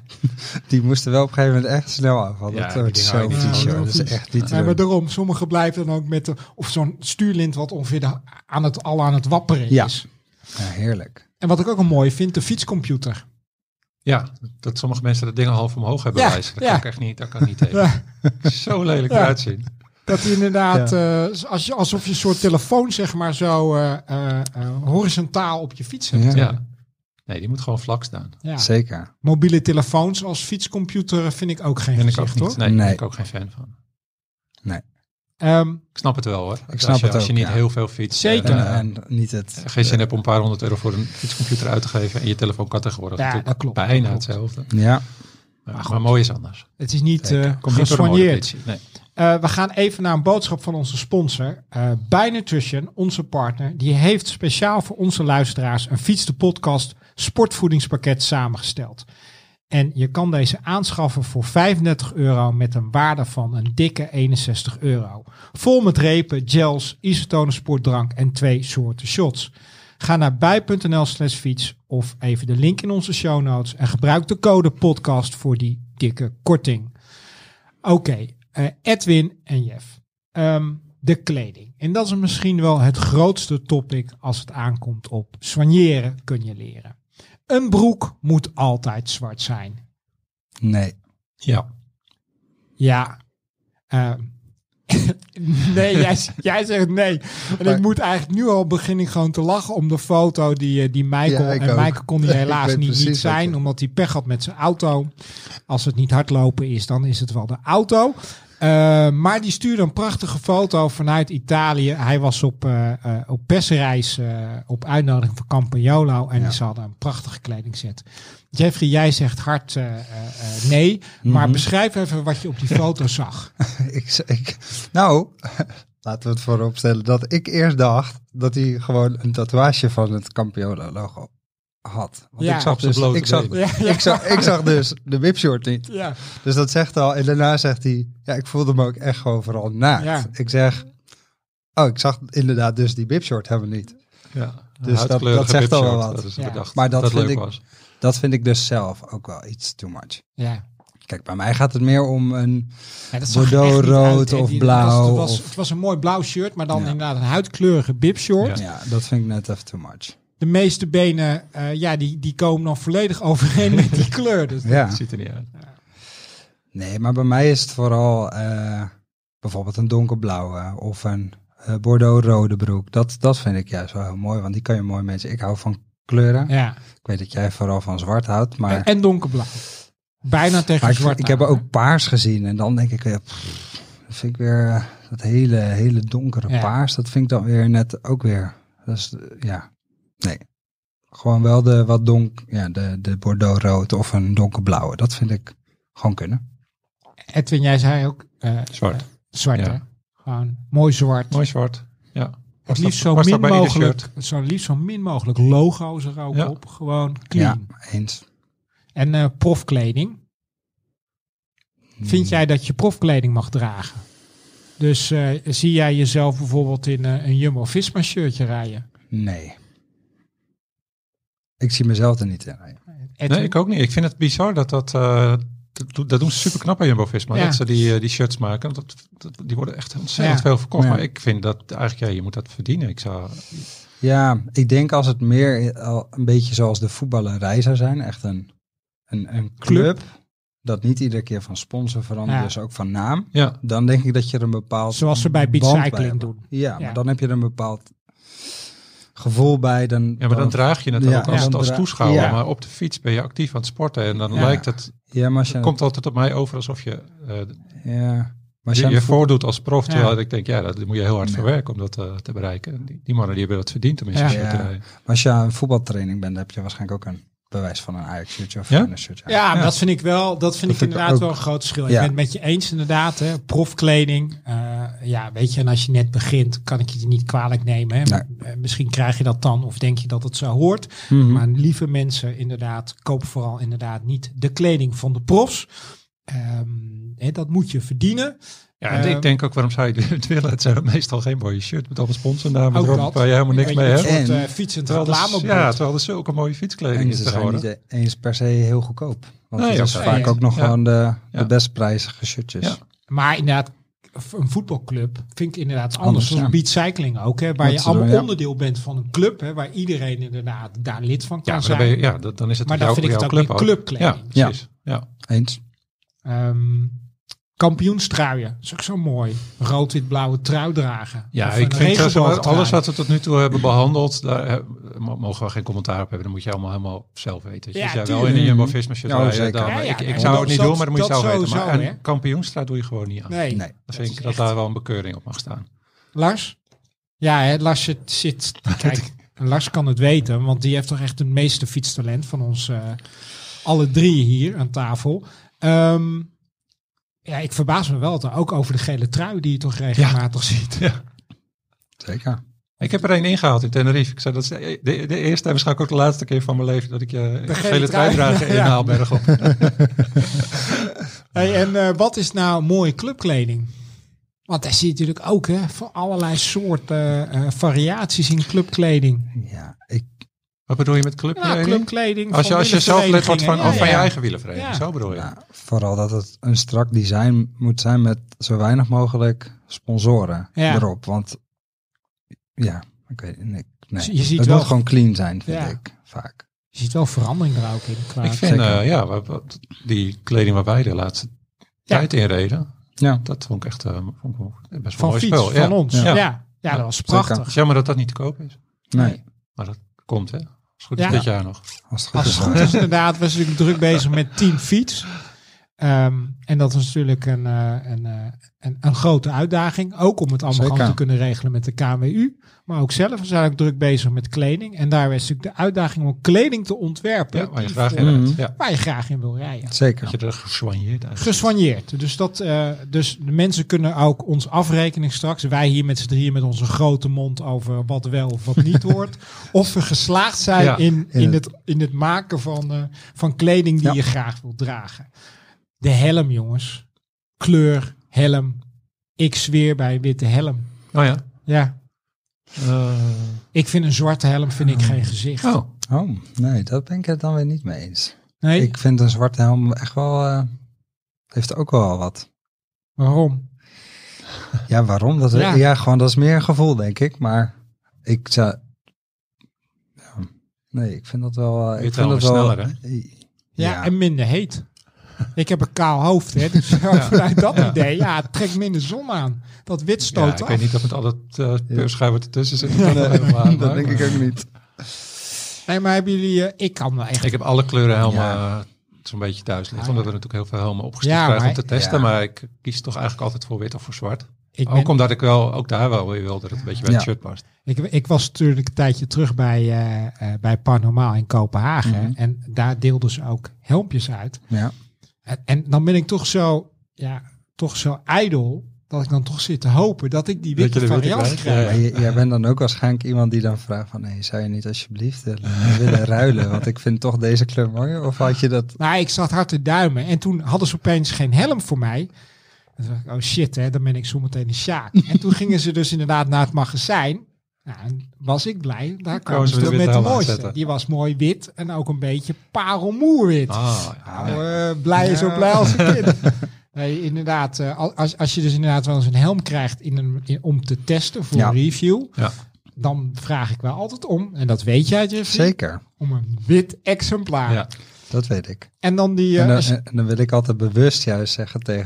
die moesten wel op een gegeven moment echt snel af. Want ja, dat wordt zo vies. Ja, dat is echt niet te ja, maar daarom, sommigen blijven dan ook met de, of zo'n stuurlint wat ongeveer de, aan het, al aan het wapperen ja. is. Ja, heerlijk. En wat ik ook een mooi vind, de fietscomputer. Ja, dat sommige mensen dat ding half omhoog hebben ja, wijzen. Dat ja. kan ik echt niet, dat kan ik niet tegen. Ja. Zo lelijk ja. eruit zien. Dat hij inderdaad, ja. uh, als je, alsof je een soort telefoon zeg maar zo uh, uh, uh, horizontaal op je fiets hebt. Ja. Ja. Nee, die moet gewoon vlak staan. Ja. Zeker. Mobiele telefoons als fietscomputer vind ik ook geen vind gezicht, ik ook hoor. Nee, daar nee. ben ik ook geen fan van. Nee. Um, ik snap het wel hoor. Ik snap als je, het ook, als je niet ja. heel veel fietst. Zeker. En, uh, en niet het. Geen zin uh, hebt om een paar honderd euro voor een fietscomputer uit te geven. En je telefoon kan tegenwoordig ja, natuurlijk dat klopt, bijna dat klopt. hetzelfde. Ja. Maar, maar, maar mooi is anders. Het is niet uh, Komt niet gesoigneerd. Nee. Uh, we gaan even naar een boodschap van onze sponsor. Uh, By Nutrition, onze partner, die heeft speciaal voor onze luisteraars een Fiets de Podcast sportvoedingspakket samengesteld. En je kan deze aanschaffen voor vijfendertig euro met een waarde van een dikke eenenzestig euro. Vol met repen, gels, isotone sportdrank en twee soorten shots. Ga naar bij.nl slash fiets of even de link in onze show notes en gebruik de code podcast voor die dikke korting. Oké, okay, uh, Edwin en Jeff. Um, de kleding. En dat is misschien wel het grootste topic als het aankomt op soigneren kun je leren. Een broek moet altijd zwart zijn. Nee. Ja. Ja. Uh, nee, jij, jij zegt nee. En maar, ik moet eigenlijk nu al beginnen gewoon te lachen om de foto die, die Michael... Ja, en ook. Michael kon die helaas niet, niet zijn, omdat hij pech had met zijn auto. Als het niet hardlopen is, dan is het wel de auto. Uh, maar die stuurde een prachtige foto vanuit Italië. Hij was op, uh, uh, op persreis uh, op uitnodiging van Campagnolo. En ja. ze hadden een prachtige kledingset. Jeffrey, jij zegt hard uh, uh, uh, nee. Mm-hmm. Maar beschrijf even wat je op die foto zag. ik, ik, nou, laten we het voorop stellen dat ik eerst dacht dat hij gewoon een tatoeage van het Campagnolo logo had. Want ja, ik, zag dus, ik, zag, ja, ja. ik, zag, ik zag dus de whipshort niet. Ja. Dus dat zegt al. En daarna zegt hij, ja, ik voelde me ook echt gewoon vooral naakt. Ja. Ik zeg, oh, ik zag inderdaad dus die whipshort hebben niet. Ja, dus dat, dat zegt al wel wat. Dat is ja. bedacht, maar dat, dat vind leuk ik, was. Dat vind ik dus zelf ook wel iets too much. Ja. Kijk, bij mij gaat het meer om een ja, bordeaux-rood of die, blauw. Het was, of... het, was, het was een mooi blauw shirt, maar dan ja. inderdaad een huidkleurige bibshort. Ja. ja, dat vind ik net even too much. De meeste benen, uh, ja, die, die komen dan volledig overeen met die kleur. Dus ja. Dat ziet er niet uit. Ja. Nee, maar bij mij is het vooral uh, bijvoorbeeld een donkerblauwe of een uh, bordeaux-rode broek. Dat, dat vind ik juist wel heel mooi, want die kan je mooi mensen. Ik hou van kleuren. Ja. Ik weet dat jij vooral van zwart houdt, maar... En, en donkerblauw. Bijna tegen zwart. Ik, ik heb ook paars gezien en dan denk ik weer... Pff, dat vind ik weer uh, dat hele, hele donkere ja. paars. Dat vind ik dan weer net ook weer... Dat is, uh, ja... Nee, gewoon wel de wat donk, ja, de, de bordeaux-rood of een donkerblauwe. Dat vind ik gewoon kunnen. Edwin, jij zei ook uh, zwart. Uh, zwart, ja. hè? Gewoon mooi zwart. Mooi zwart, ja. Het liefst zo min mogelijk, zo liefst zo min mogelijk logo's er ook ja. op. Gewoon clean. Ja, eens. En uh, profkleding. Hmm. Vind jij dat je profkleding mag dragen? Dus uh, zie jij jezelf bijvoorbeeld in uh, een Jumbo-Visma shirtje rijden? Nee. Ik zie mezelf er niet in rijden. Nee, ik ook niet. Ik vind het bizar dat dat... Uh, dat, dat doen ze super knap bij Jumbo-Visma. Ja. Dat ze die, uh, die shirts maken. Dat, dat, die worden echt ontzettend ja. veel verkocht. Ja. Maar ik vind dat eigenlijk... Ja, je moet dat verdienen. Ik zou... Ja, ik denk als het meer al een beetje zoals de voetballerij zou zijn. Echt een, een, een club. club. Dat niet iedere keer van sponsor verandert, ja. dus ook van naam. Ja. Dan denk ik dat je er een bepaald... Zoals ze bij Beat Cycling doen. Ja, ja, maar dan heb je er een bepaald gevoel bij. Dan, ja, maar dan, dan draag je het ja, ook als, ja, als toeschouwer. Ja. Maar op de fiets ben je actief aan het sporten. En dan ja. lijkt het... Ja, maar het je, komt altijd op mij over alsof je... Uh, ja. Maar je, je, je voordoet als prof, terwijl ja. ik denk, ja, dat moet je heel hard ja. verwerken om dat uh, te bereiken. Die, die mannen die hebben dat verdiend om in zijn ja. shirt te rijden. Maar als je aan een voetbaltraining bent, dan heb je waarschijnlijk ook een bewijs van een Ajax-shirtje of ja? een shirtje. Ja, ja, maar dat vind ik wel, dat vind dat ik inderdaad ook wel een groot verschil. Ja. Ik ben het met je eens inderdaad, hè. Profkleding. Uh, ja, weet je, en als je net begint, kan ik je die niet kwalijk nemen. Hè. Nee. Misschien krijg je dat dan, of denk je dat het zo hoort. Mm-hmm. Maar lieve mensen, inderdaad, koop vooral inderdaad niet de kleding van de profs. Um, hè, dat moet je verdienen. Ja, en um, ik denk ook, waarom zou je het willen? Het zijn meestal geen mooie shirt met alle sponsornamen erop, waar je helemaal niks mee hebt. Een soort uh, fietsend reclamebord. Ja, terwijl er zulke mooie fietskleding is. Ze zijn niet eens per se heel goedkoop. Want nee, het is okay. vaak ja. ook nog ja. gewoon de, de ja. best prijzige shirtjes. Ja. Maar inderdaad, een voetbalclub vind ik inderdaad anders. anders zoals ja. Beach Cycling ook, hè, waar Wat je allemaal doen, ja. onderdeel bent van een club, hè, waar iedereen inderdaad daar lid van kan ja, zijn. Dan je, ja, dan is het maar dan vind ik het ook club niet clubkleding. Ja, precies. Ja. Ja. Eens. Um, Kampioenstruien, dat is ook zo mooi. Rood-wit-blauwe trui dragen. Ja, ik vind zo, alles wat we tot nu toe hebben behandeld, daar mogen we geen commentaar op hebben. Dan moet je allemaal helemaal zelf weten. Ja, als jij wel in een Jumbo-Visma shirt ja, rijden, dan... Ja, ja, ik ik ja, zou het niet dat, doen, maar dan moet je zelf weten. Maar zo, een kampioenstrui doe je gewoon niet aan. Nee. nee. Dan vind ik dat echt... daar wel een bekeuring op mag staan. Lars? Ja, hè, Lars zit... zit kijk, Lars kan het weten, want die heeft toch echt het meeste fietstalent van ons uh, alle drie hier aan tafel. Um, Ja, ik verbaas me wel ook over de gele trui die je toch regelmatig ja. ziet. Ja. Zeker. Ik heb er een ingehaald in Tenerife. Ik zei, dat is de, de eerste en waarschijnlijk ook de laatste keer van mijn leven dat ik je uh, gele, gele trui draag in ja. Haalberg op. Hey, en uh, wat is nou mooie clubkleding? Want daar zie je natuurlijk ook hè, van allerlei soorten uh, variaties in clubkleding. Ja, ik... Wat bedoel je met clubkleding? Ja, clubkleding. Als je, als je zelf lid wordt van, ja, ja. van je eigen wielervereniging, ja. zo bedoel je? Ja, vooral dat het een strak design moet zijn met zo weinig mogelijk sponsoren ja. erop. Want ja, ik weet niet. Nee. Je ziet het wel, moet gewoon clean zijn, vind ja. ik vaak. Je ziet wel verandering er ook in. Qua ik vind uh, ja, die kleding waar wij de laatste ja. tijd in reden, ja. dat vond ik echt uh, vond ik best wel mooi fiets, spel. Van ja. ons, ja. Ja. Ja. ja, dat was prachtig. Het is jammer dat dat niet te koop is. Nee. nee. Maar dat komt, hè? Als het goed is ja. dit jaar nog. Als het goed, Als het goed is, inderdaad. We zijn natuurlijk druk bezig met Team Fiets. Um, en dat is natuurlijk een, uh, een, uh, een, een grote uitdaging. Ook om het allemaal gewoon te kunnen regelen met de K W U. Maar ook zelf. We zijn ook druk bezig met kleding. En daar is natuurlijk de uitdaging om kleding te ontwerpen. Ja, waar, je graag in voor, ja. waar je graag in wil rijden. Zeker. Dat je er gesoigneerd uit. Gesoigneerd. Dus, dat, uh, dus de mensen kunnen ook ons afrekening straks. Wij hier met z'n drieën met onze grote mond over wat wel of wat niet hoort. Of we geslaagd zijn ja. in, in, het, in het maken van, uh, van kleding die ja. je graag wilt dragen. De helm, jongens. Kleur, helm. Ik zweer bij een witte helm. Oh ja? Ja. Uh, ik vind een zwarte helm vind ik uh, geen gezicht. Oh. oh, nee, dat ben ik het dan weer niet mee eens. Nee? Ik vind een zwarte helm echt wel... Uh, heeft ook wel wat. Waarom? Ja, waarom? Dat, ja. ja, gewoon dat is meer een gevoel, denk ik. Maar ik zou... Ja, nee, ik vind dat wel... Uh, ik vind dat wel sneller, hè? Ja, ja, en minder heet. Ik heb een kaal hoofd, hè, dus ja. vanuit dat ja. idee, ja, het trekt minder zon aan. Dat wit stoot ja, ik af. weet niet of het altijd uh, peurschuiven ertussen zit. Ja, nee, dat, dat denk ik ook niet. Nee, maar hebben jullie, uh, ik kan wel echt... Ik heb alle kleuren helmen ja. uh, zo'n beetje thuis liggen, ah, omdat we natuurlijk heel veel helmen opgestuurd ja, krijgen om te testen. Ja. Maar ik kies toch eigenlijk altijd voor wit of voor zwart. Ik ook ben... omdat ik wel, ook daar wel weer wil dat het een beetje bij ja. het shirt past. Ik, ik was natuurlijk een tijdje terug bij, uh, uh, bij Paranormaal in Kopenhagen. Mm-hmm. En daar deelden ze ook helmpjes uit. Ja. En, en dan ben ik toch zo, ja, toch zo ijdel dat ik dan toch zit te hopen dat ik die witte de variant witte krijg. Ja, ja, jij bent dan ook waarschijnlijk iemand die dan vraagt van, nee, zou je niet alsjeblieft willen ruilen? Want ik vind toch deze kleur mooier. Of had je dat? Nou, ik zat hard te duimen en toen hadden ze opeens geen helm voor mij. En toen dacht ik, oh shit, hè, dan ben ik zo meteen een Sjaak. En toen gingen ze dus inderdaad naar het magazijn. Nou, en was ik blij. Daar kwamen ze met de mooiste. Die was mooi wit en ook een beetje parelmoerwit. Oh, ja. Nou, uh, blij is ja. zo blij als een kind. Nee, inderdaad. Uh, als, als je dus inderdaad wel eens een helm krijgt in een, in, om te testen voor ja. een review. Ja. Dan vraag ik wel altijd om, en dat weet jij Jeffrey. Zeker. Om een wit exemplaar. Ja. Dat weet ik. En dan die... Uh, en, dan, je... en dan wil ik altijd bewust juist zeggen tegen ze,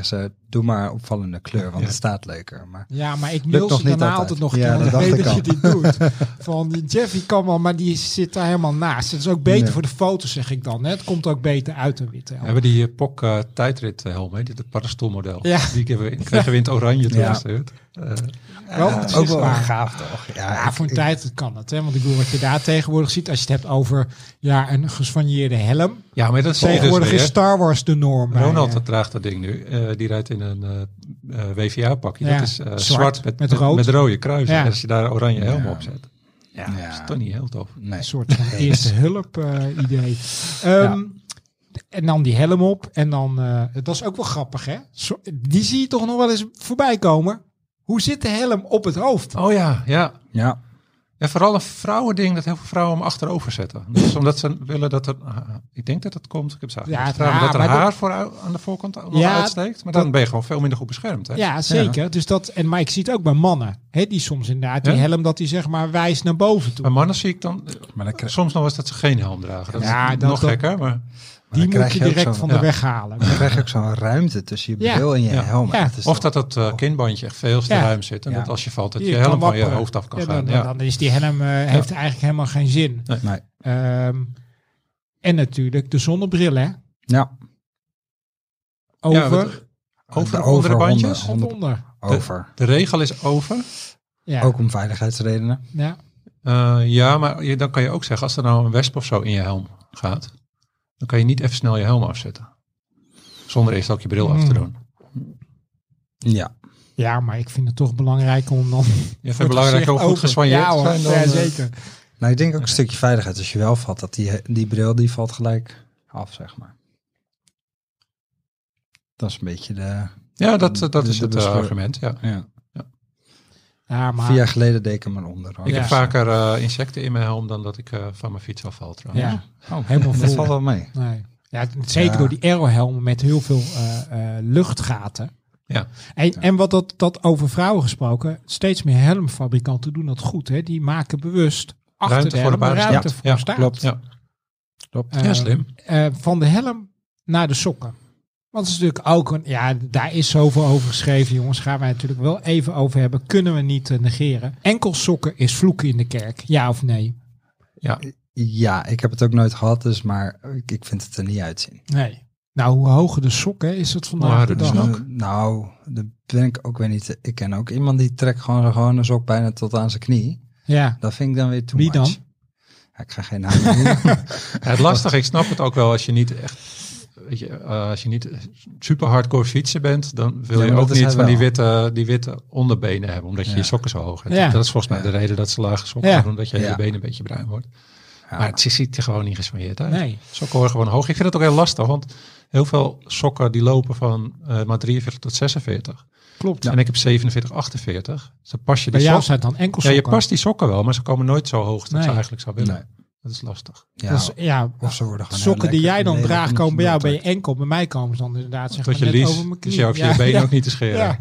doe maar opvallende kleur, want ja. het staat leuker. Maar ja, maar ik mail ze daarna altijd nog. Ja, dat ik weet dat al. je dit doet. Van die Jeffy kan wel, maar die zit daar helemaal naast. Het is ook beter nee. voor de foto's, zeg ik dan. Hè? Het komt ook beter uit een witte helm. We hebben die uh, P O C uh, tijdrit helm, hè? Dit het paddenstoelmodel. Ja. Die kregen we in het oranje toegestuurd. Ja. Uh, wel, ja, ook wel waar. Gaaf toch? Ja, ja ik, voor een ik, tijd kan het. Hè? Want ik bedoel, wat je daar tegenwoordig ziet, als je het hebt over ja, een gesvanjeerde helm. Ja, maar dat is tegenwoordig dus is Star Wars de norm. Ronald bij, uh, draagt dat ding nu. Uh, die rijdt in een uh, uh, W V A-pakje. Ja, dat is uh, zwart, zwart met, met, met, rood. met rode kruisen. Ja. En als je daar oranje helm ja. op zet. Ja, ja, dat is toch niet heel tof. Nee. Een soort van eerste hulp uh, idee. Um, ja. En dan die helm op. En dan, uh, dat is ook wel grappig, hè? Zo, die zie je toch nog wel eens voorbij komen. Hoe zit de helm op het hoofd? Oh ja, ja. Ja. En vooral een vrouwending dat heel veel vrouwen hem achterover zetten. Dus omdat ze willen dat er, uh, ik denk dat dat komt, ik heb het ja, vragen, dat er haar dat, voor aan de voorkant nog ja, uitsteekt. Maar dan dat, ben je gewoon veel minder goed beschermd. Hè? Ja, zeker. Ja. Dus dat, en, maar ik zie het ook bij mannen. Hè, die soms inderdaad, die ja? helm dat die zeg maar wijst naar boven toe. Bij mannen zie ik dan, maar dan krijg... soms nog eens dat ze geen helm dragen. Dat ja, is dat, nog dat, gekker, maar... Maar die moet je direct van ja. de weg halen. Dan krijg je ook zo'n ruimte tussen je bril ja. en je ja. helm. Ja. Dat is of dat het uh, kinbandje echt veel te ja. ruim zit. En ja. dat als je valt, dat je, je helm van je hoofd af kan ja, gaan. Dan, ja. dan is die helm uh, ja. heeft eigenlijk helemaal geen zin. Nee. nee. Um, en natuurlijk de zonnebril, hè? Ja. Over? Ja, wat, over de over de bandjes? Onder. onder. Over. De, de regel is over. Ja. Ook om veiligheidsredenen. Ja. Uh, ja, maar je, dan kan je ook zeggen, als er nou een wesp of zo in je helm gaat... dan kan je niet even snel je helm afzetten. Zonder eerst ook je bril mm. af te doen. Ja. Ja, maar ik vind het toch belangrijk om dan... Je vindt het belangrijk om goed geswanjeerd ja, te zijn? Dan, ja, zeker. Nou, ik denk ook een stukje veiligheid. Als je wel valt, dat die, die bril die valt gelijk af, zeg maar. Dat is een beetje de... Ja, dat, dat de, is de het uh, argument, ja. ja. ja. ja maar... Vier jaar geleden deed ik hem maar onder. Hoor. Ik ja, heb vaker uh, insecten in mijn helm dan dat ik uh, van mijn fiets afval trouwens. Ja, oh, helemaal vol. Dat valt wel mee. Nee. Ja, zeker ja. door die aerohelmen met heel veel uh, uh, luchtgaten. Ja. En, ja. en wat dat, dat over vrouwen gesproken, steeds meer helmfabrikanten doen dat goed. Hè? Die maken bewust achter ruimte de voor helm de ruimte ja. voor ja, staart. Klopt. Ja, klopt. Uh, ja slim. Uh, van de helm naar de sokken. Want het is natuurlijk ook een, ja, daar is zoveel over geschreven, jongens. Gaan wij natuurlijk wel even over hebben. Kunnen we niet uh, negeren. Enkel sokken is vloeken in de kerk. Ja of nee? Ja. Ja, ik heb het ook nooit gehad, dus maar ik, ik vind het er niet uitzien. Nee. Nou, hoe hoger de sokken is het vandaag de dag? Uh, nou, dat ben ik ook weer niet. Ik ken ook iemand die trekt gewoon, gewoon een sok bijna tot aan zijn knie. Ja. Dat vind ik dan weer too Wie much. dan? Ja, ik ga geen naam noemen. Ja, het lastige, ik snap het ook wel als je niet echt... Weet je, uh, als je niet super hardcore fietsen bent, dan wil ja, je ook niet van die witte, die witte onderbenen hebben, omdat je ja. je sokken zo hoog hebt. Ja. Dat is volgens mij ja. de reden dat ze lage sokken ja. doen, omdat je ja. je benen een beetje bruin wordt. Ja. Maar het ziet er gewoon niet geswanjeerd uit. Nee. Sokken horen gewoon hoog. Ik vind het ook heel lastig, want heel veel sokken die lopen van uh, maar drieënveertig tot zesenveertig. Klopt. En ik heb zevenenveertig, achtenveertig. Dus dan pas je die Bij jou sokken. zijn dan enkel sokken. Ja, je past die sokken wel, maar ze komen nooit zo hoog dat nee. ze eigenlijk zou willen. Nee. Dat is lastig. Ja, dus, ja of ze worden gewoon sokken die jij dan nee, draagt komen bij jou bij je enkel. Bij mij komen ze dan inderdaad zeg tot maar je net lies, over mijn knie. Dus je hoeft je ja, benen ja. ook niet te scheren. Ja.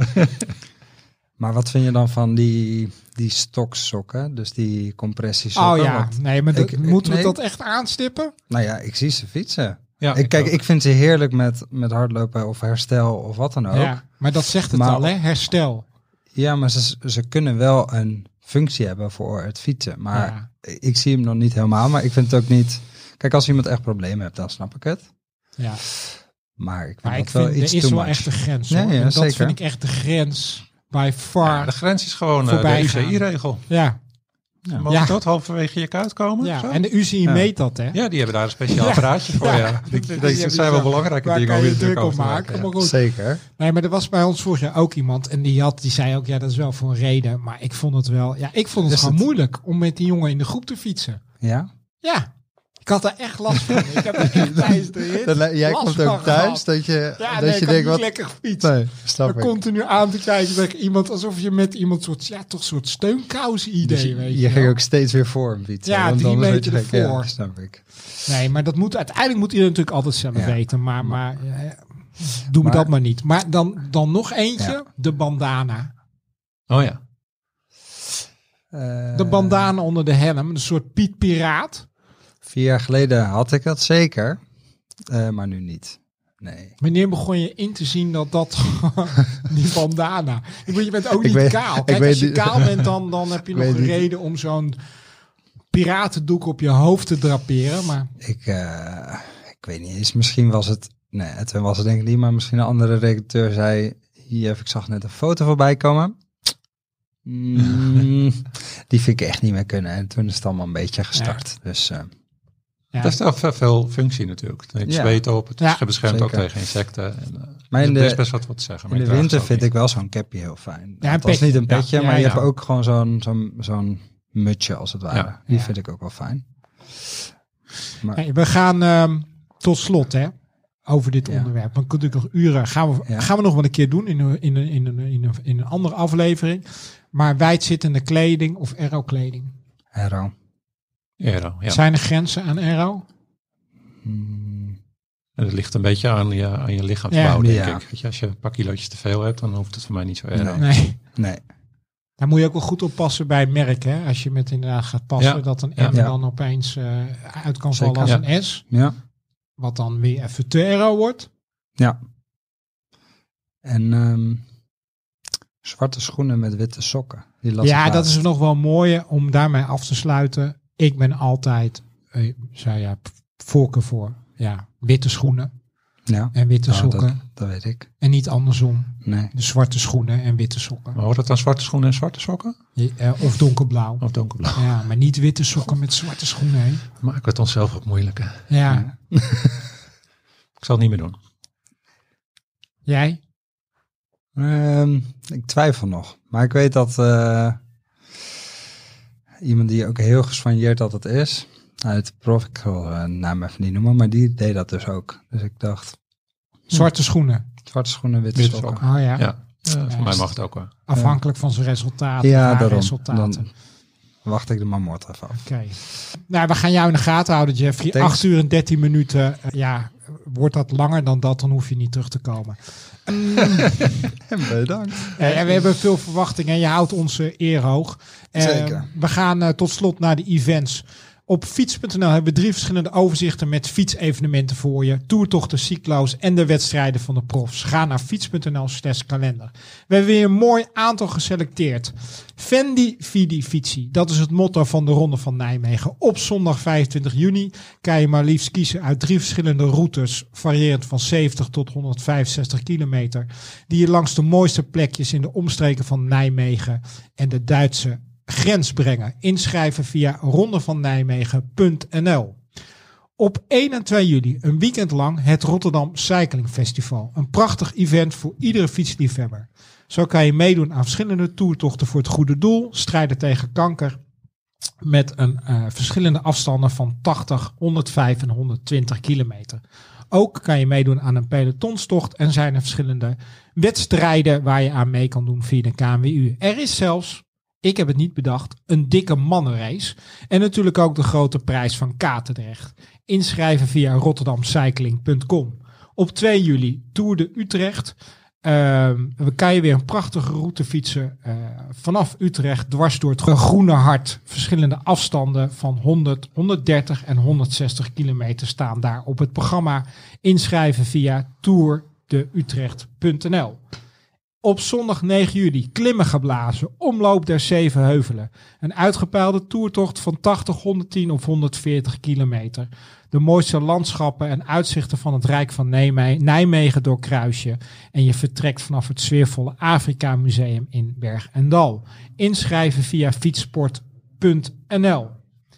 Maar wat vind je dan van die, die stoksokken? Dus die compressiesokken? Oh ja, wat, nee, maar dat, ik, moeten nee. we dat echt aanstippen? Nou ja, ik zie ze fietsen. Ja, ik, kijk, ook. ik vind ze heerlijk met, met hardlopen of herstel of wat dan ook. Ja, maar dat zegt het maar, al, hè? Herstel. Ja, maar ze, ze kunnen wel een functie hebben voor het fietsen. Maar ja. ik zie hem nog niet helemaal. Maar ik vind het ook niet... Kijk, als iemand echt problemen hebt, dan snap ik het. Ja. Maar ik vind, maar ik wel vind iets er is wel much. echt een grens. Ja, hoor. ja, en dat zeker. vind ik echt de grens by far. Ja, de grens is gewoon uh, de U C I-regel. Ja. Ja. Mag ja. dat halverwege je kuit komen? Ja, zo? en de U C I ja. meet dat, hè? Ja, die hebben daar een speciaal ja. apparaatje voor. Ja. Ja. Die, die, die, die zijn wel belangrijke waar dingen om je druk op maken. maken. Ja. Zeker. Nee, maar er was bij ons vorig jaar ook iemand en die had, die zei ook, ja, dat is wel voor een reden. Maar ik vond het wel, ja, ik vond het is gewoon het... moeilijk om met die jongen in de groep te fietsen. Ja? Ja. Ik had daar echt last van. Ik heb er echt tijdens de rit dat, Jij komt ook thuis gehad. dat je, ja, dat nee, je denkt, wat... lekker fietsen. Nee, snap ik. Continu aan te kijken tegen iemand alsof je met iemand soort, ja, toch soort steunkousen idee, dus je, weet je. Je ging ook steeds weer voor hem fietsen. Ja, drie meter ervoor. Ja, snap ik. Nee, maar dat moet uiteindelijk moet iedereen natuurlijk altijd zelf ja. weten. Maar, maar ja, doe maar, me dat maar niet. Maar dan, dan nog eentje, ja. de bandana. Oh ja. Uh, de bandana onder de helm, een soort Piet Piraat. Vier jaar geleden had ik dat zeker, uh, maar nu niet. Nee. Wanneer begon je in te zien dat dat die bandana... Je bent ook niet weet, kaal. Kijk, als je die, kaal bent, dan, dan heb je nog een die, reden om zo'n piratendoek op je hoofd te draperen. Maar... Ik, uh, ik weet niet eens. Misschien was het... Nee, het was het denk ik niet. Maar misschien een andere redacteur zei... Hier, ik zag net een foto voorbij komen. Mm, die vind ik echt niet meer kunnen. En toen is het allemaal een beetje gestart. Ja. Dus... Uh, Ja. Dat is wel veel functie natuurlijk. Het ja. zweet op, het ja. is beschermd zeker. ook tegen insecten. En, uh, maar in de, er is best wat, wat te zeggen. Maar in de winter vind niet. ik wel zo'n capje heel fijn. Ja, het was niet een petje, ja, ja, maar je ja. hebt ook gewoon zo'n, zo'n, zo'n mutsje als het ware. Ja. Die ja. vind ik ook wel fijn. Maar, hey, we gaan um, tot slot hè, over dit ja. onderwerp. Dan kunnen we nog uren. Gaan we, ja. gaan we nog wel een keer doen in een, in een, in een, in een, in een andere aflevering. Maar wijdzittende kleding of aero-kleding? Aero. Aero, ja. Zijn er grenzen aan aero? Hmm. Het ligt een beetje aan je, aan je lichaamsbouw, ja. denk ja. ik. Weet je, als je een paar kilootjes te veel hebt, dan hoeft het voor mij niet zo aero. Nee. nee. nee. Daar moet je ook wel goed oppassen bij merk, hè? Als je met inderdaad gaat passen, ja. dat een M ja. dan opeens uh, uit kan vallen als ja. een S. Ja. Wat dan weer even te aero wordt. Ja. En um, zwarte schoenen met witte sokken. Die las ja, dat is nog wel mooi om daarmee af te sluiten. Ik ben altijd, uh, zei ja, voorkeur voor ja, witte schoenen ja. en witte ja, sokken. Dat, dat weet ik. En niet andersom. Nee. De zwarte schoenen en witte sokken. Maar hoort dat dan zwarte schoenen en zwarte sokken? Je, uh, of donkerblauw. Of donkerblauw. Ja, maar niet witte sokken met zwarte schoenen. He. Maken we het onszelf ook moeilijker. Ja. ja. Ik zal het niet meer doen. Jij? Um, ik twijfel nog. Maar ik weet dat... Uh, iemand die ook heel gesfanjeerd dat het is. Uit de prof, ik zal uh, naam even niet noemen, maar die deed dat dus ook. Dus ik dacht... Zwarte schoenen? Zwarte schoenen, witte, witte sokken. Oh ja. Ja, ja voor ja, mij mag het ook wel. Afhankelijk van zijn resultaten. Ja, daarom. Resultaten. Dan wacht ik de marmot even af. Oké. Okay. Nou, we gaan jou in de gaten houden, Jeffrey. Thanks. acht uur en dertien minuten. Uh, ja, wordt dat langer dan dat, dan hoef je niet terug te komen. Um, Bedankt. Uh, en we hebben veel verwachtingen en je houdt onze eer hoog. Uh, Zeker. We gaan uh, tot slot naar de events. Op fiets punt n l hebben we drie verschillende overzichten met fietsevenementen voor je. Toertochten, cyclo's en de wedstrijden van de profs. Ga naar fiets punt n l slash kalender. We hebben weer een mooi aantal geselecteerd. Fendi Fidi Fietsi. Dat is het motto van de Ronde van Nijmegen. Op zondag vijfentwintig juni kan je maar liefst kiezen uit drie verschillende routes. Variërend van zeventig tot honderdvijfenzestig kilometer. Die je langs de mooiste plekjes in de omstreken van Nijmegen en de Duitse grens brengen. Inschrijven via rondevannijmegen punt n l. Op één en twee juli, een weekend lang, het Rotterdam Cycling Festival. Een prachtig event voor iedere fietsliefhebber. Zo kan je meedoen aan verschillende toertochten voor het goede doel, strijden tegen kanker, met een uh, verschillende afstanden van tachtig, honderdvijf en honderdtwintig kilometer. Ook kan je meedoen aan een pelotonstocht en zijn er verschillende wedstrijden waar je aan mee kan doen via de K N W U. Er is zelfs, ik heb het niet bedacht, een dikke mannenrace. En natuurlijk ook de grote prijs van Katendrecht. Inschrijven via rotterdamcycling punt com. Op twee juli Tour de Utrecht. Uh, we kan je weer een prachtige route fietsen. Uh, vanaf Utrecht dwars door het groene hart. Verschillende afstanden van honderd, honderddertig en honderdzestig kilometer staan daar op het programma. Inschrijven via tour de utrecht punt n l. Op zondag negen juli klimmen geblazen, omloop der zeven heuvelen. Een uitgepeilde toertocht van tachtig, honderdtien of honderdveertig kilometer. De mooiste landschappen en uitzichten van het Rijk van Nijmegen doorkruis je. En je vertrekt vanaf het sfeervolle Afrika Museum in Berg en Dal. Inschrijven via fietsport punt n l.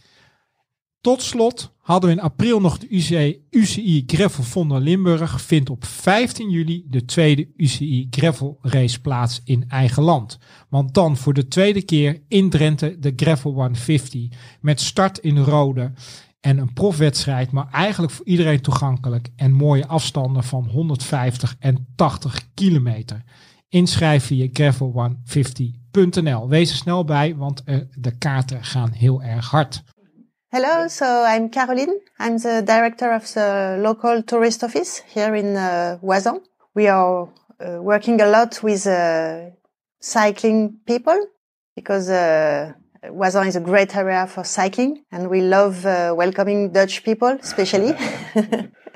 Tot slot hadden we in april nog de U C I Gravel Vonda Limburg. Vindt op vijftien juli de tweede U C I Gravel Race plaats in eigen land. Want dan voor de tweede keer in Drenthe de Gravel honderdvijftig. Met start in Rode en een profwedstrijd, maar eigenlijk voor iedereen toegankelijk. En mooie afstanden van honderdvijftig en tachtig kilometer. Inschrijf via gravel honderdvijftig punt n l. Wees er snel bij, want uh, de kaarten gaan heel erg hard. Hello, so I'm Caroline. I'm the director of the local tourist office here in uh, Wazan. We are uh, working a lot with uh, cycling people because uh, Wazan is a great area for cycling and we love uh, welcoming Dutch people especially.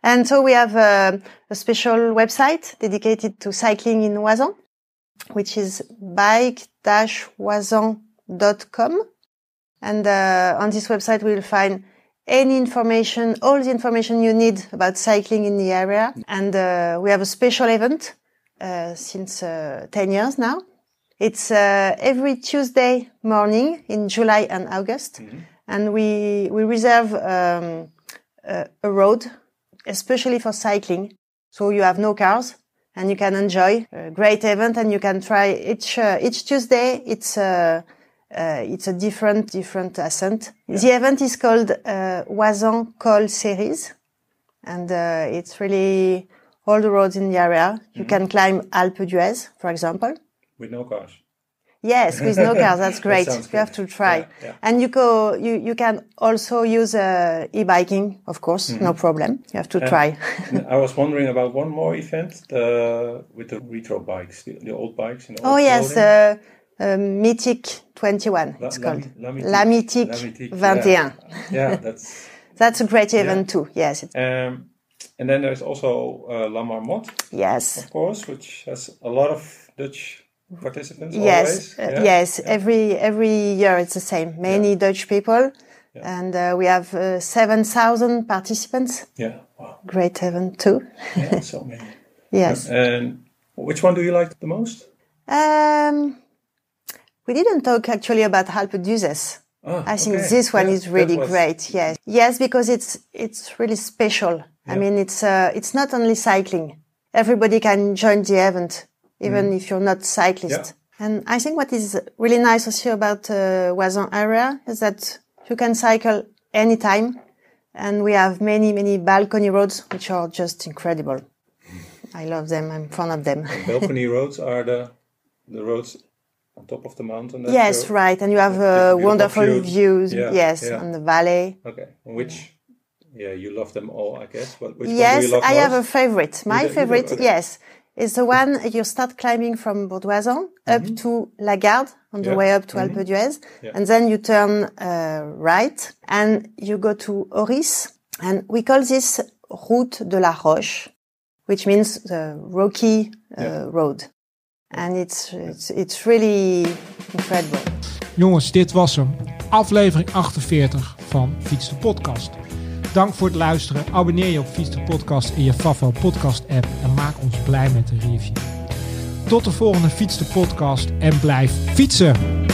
And so we have a, a special website dedicated to cycling in Oisans, which is bike dash oisans dot com. And uh, on this website, we'll find any information, all the information you need about cycling in the area. And uh, we have a special event uh, since uh, ten years now. It's uh, every Tuesday morning in July and August. Mm-hmm. And we we reserve um, a, a road, especially for cycling. So you have no cars and you can enjoy a great event, and you can try each uh, each Tuesday. It's a uh, it's a different different ascent. Yeah. The event is called uh, Oisans Col Series, and uh, it's really all the roads in the area. You mm-hmm. can climb Alpe d'Huez, for example. With no cars. Yes, with no cars. That's great. That you good. have to try. Yeah, yeah. And you go, you, you can also use uh, e-biking, of course, mm-hmm. no problem. You have to and try. I was wondering about one more event, the, with the retro bikes, the, the old bikes. You know, oh, yes, uh, uh, Mythic twenty-one, La, it's called. La, La, La Mythique, La Mythique twenty-one. Yeah, yeah that's... That's a great event yeah. too, yes. It's um, and then there's also uh, La Marmotte. Yes. Of course, which has a lot of Dutch participants. Yes, always. Uh, yeah. yes. Yeah. Every every year it's the same. Many yeah. Dutch people, yeah. and uh, we have uh, seven thousand participants. Yeah, wow. Great event too. Yeah, so many. Yes. And which one do you like the most? Um, we didn't talk actually about Alpe d'Huez. Oh, I think okay. this one yeah, is really was... great. Yes, yes, because it's it's really special. Yeah. I mean, it's uh, it's not only cycling. Everybody can join the event, even mm. if you're not cyclist. Yeah. And I think what is really nice also about uh, Oisans area is that you can cycle anytime, and we have many many balcony roads which are just incredible. I love them. I'm fond of them. And balcony roads are the the roads on top of the mountain. Yes, go, right. And you have uh, wonderful views. views yeah, yes, yeah. on the valley. Okay. And which, yeah, you love them all, I guess. But which yes, one do you love I most? have a favorite. My do, favorite, okay. yes, is the one you start climbing from Bourg-d'Oisans mm-hmm. up to La Garde on the yeah. way up to mm-hmm. Alpe d'Huez. Yeah. And then you turn uh, right and you go to Oris. And we call this Route de la Roche, which means the rocky uh, yeah. road. And it's, it's, it's really incredible. Jongens, dit was hem. Aflevering achtenveertig van Fiets de Podcast. Dank voor het luisteren. Abonneer je op Fiets de Podcast in je favoriete podcast app en maak ons blij met een review. Tot de volgende Fiets de Podcast en blijf fietsen!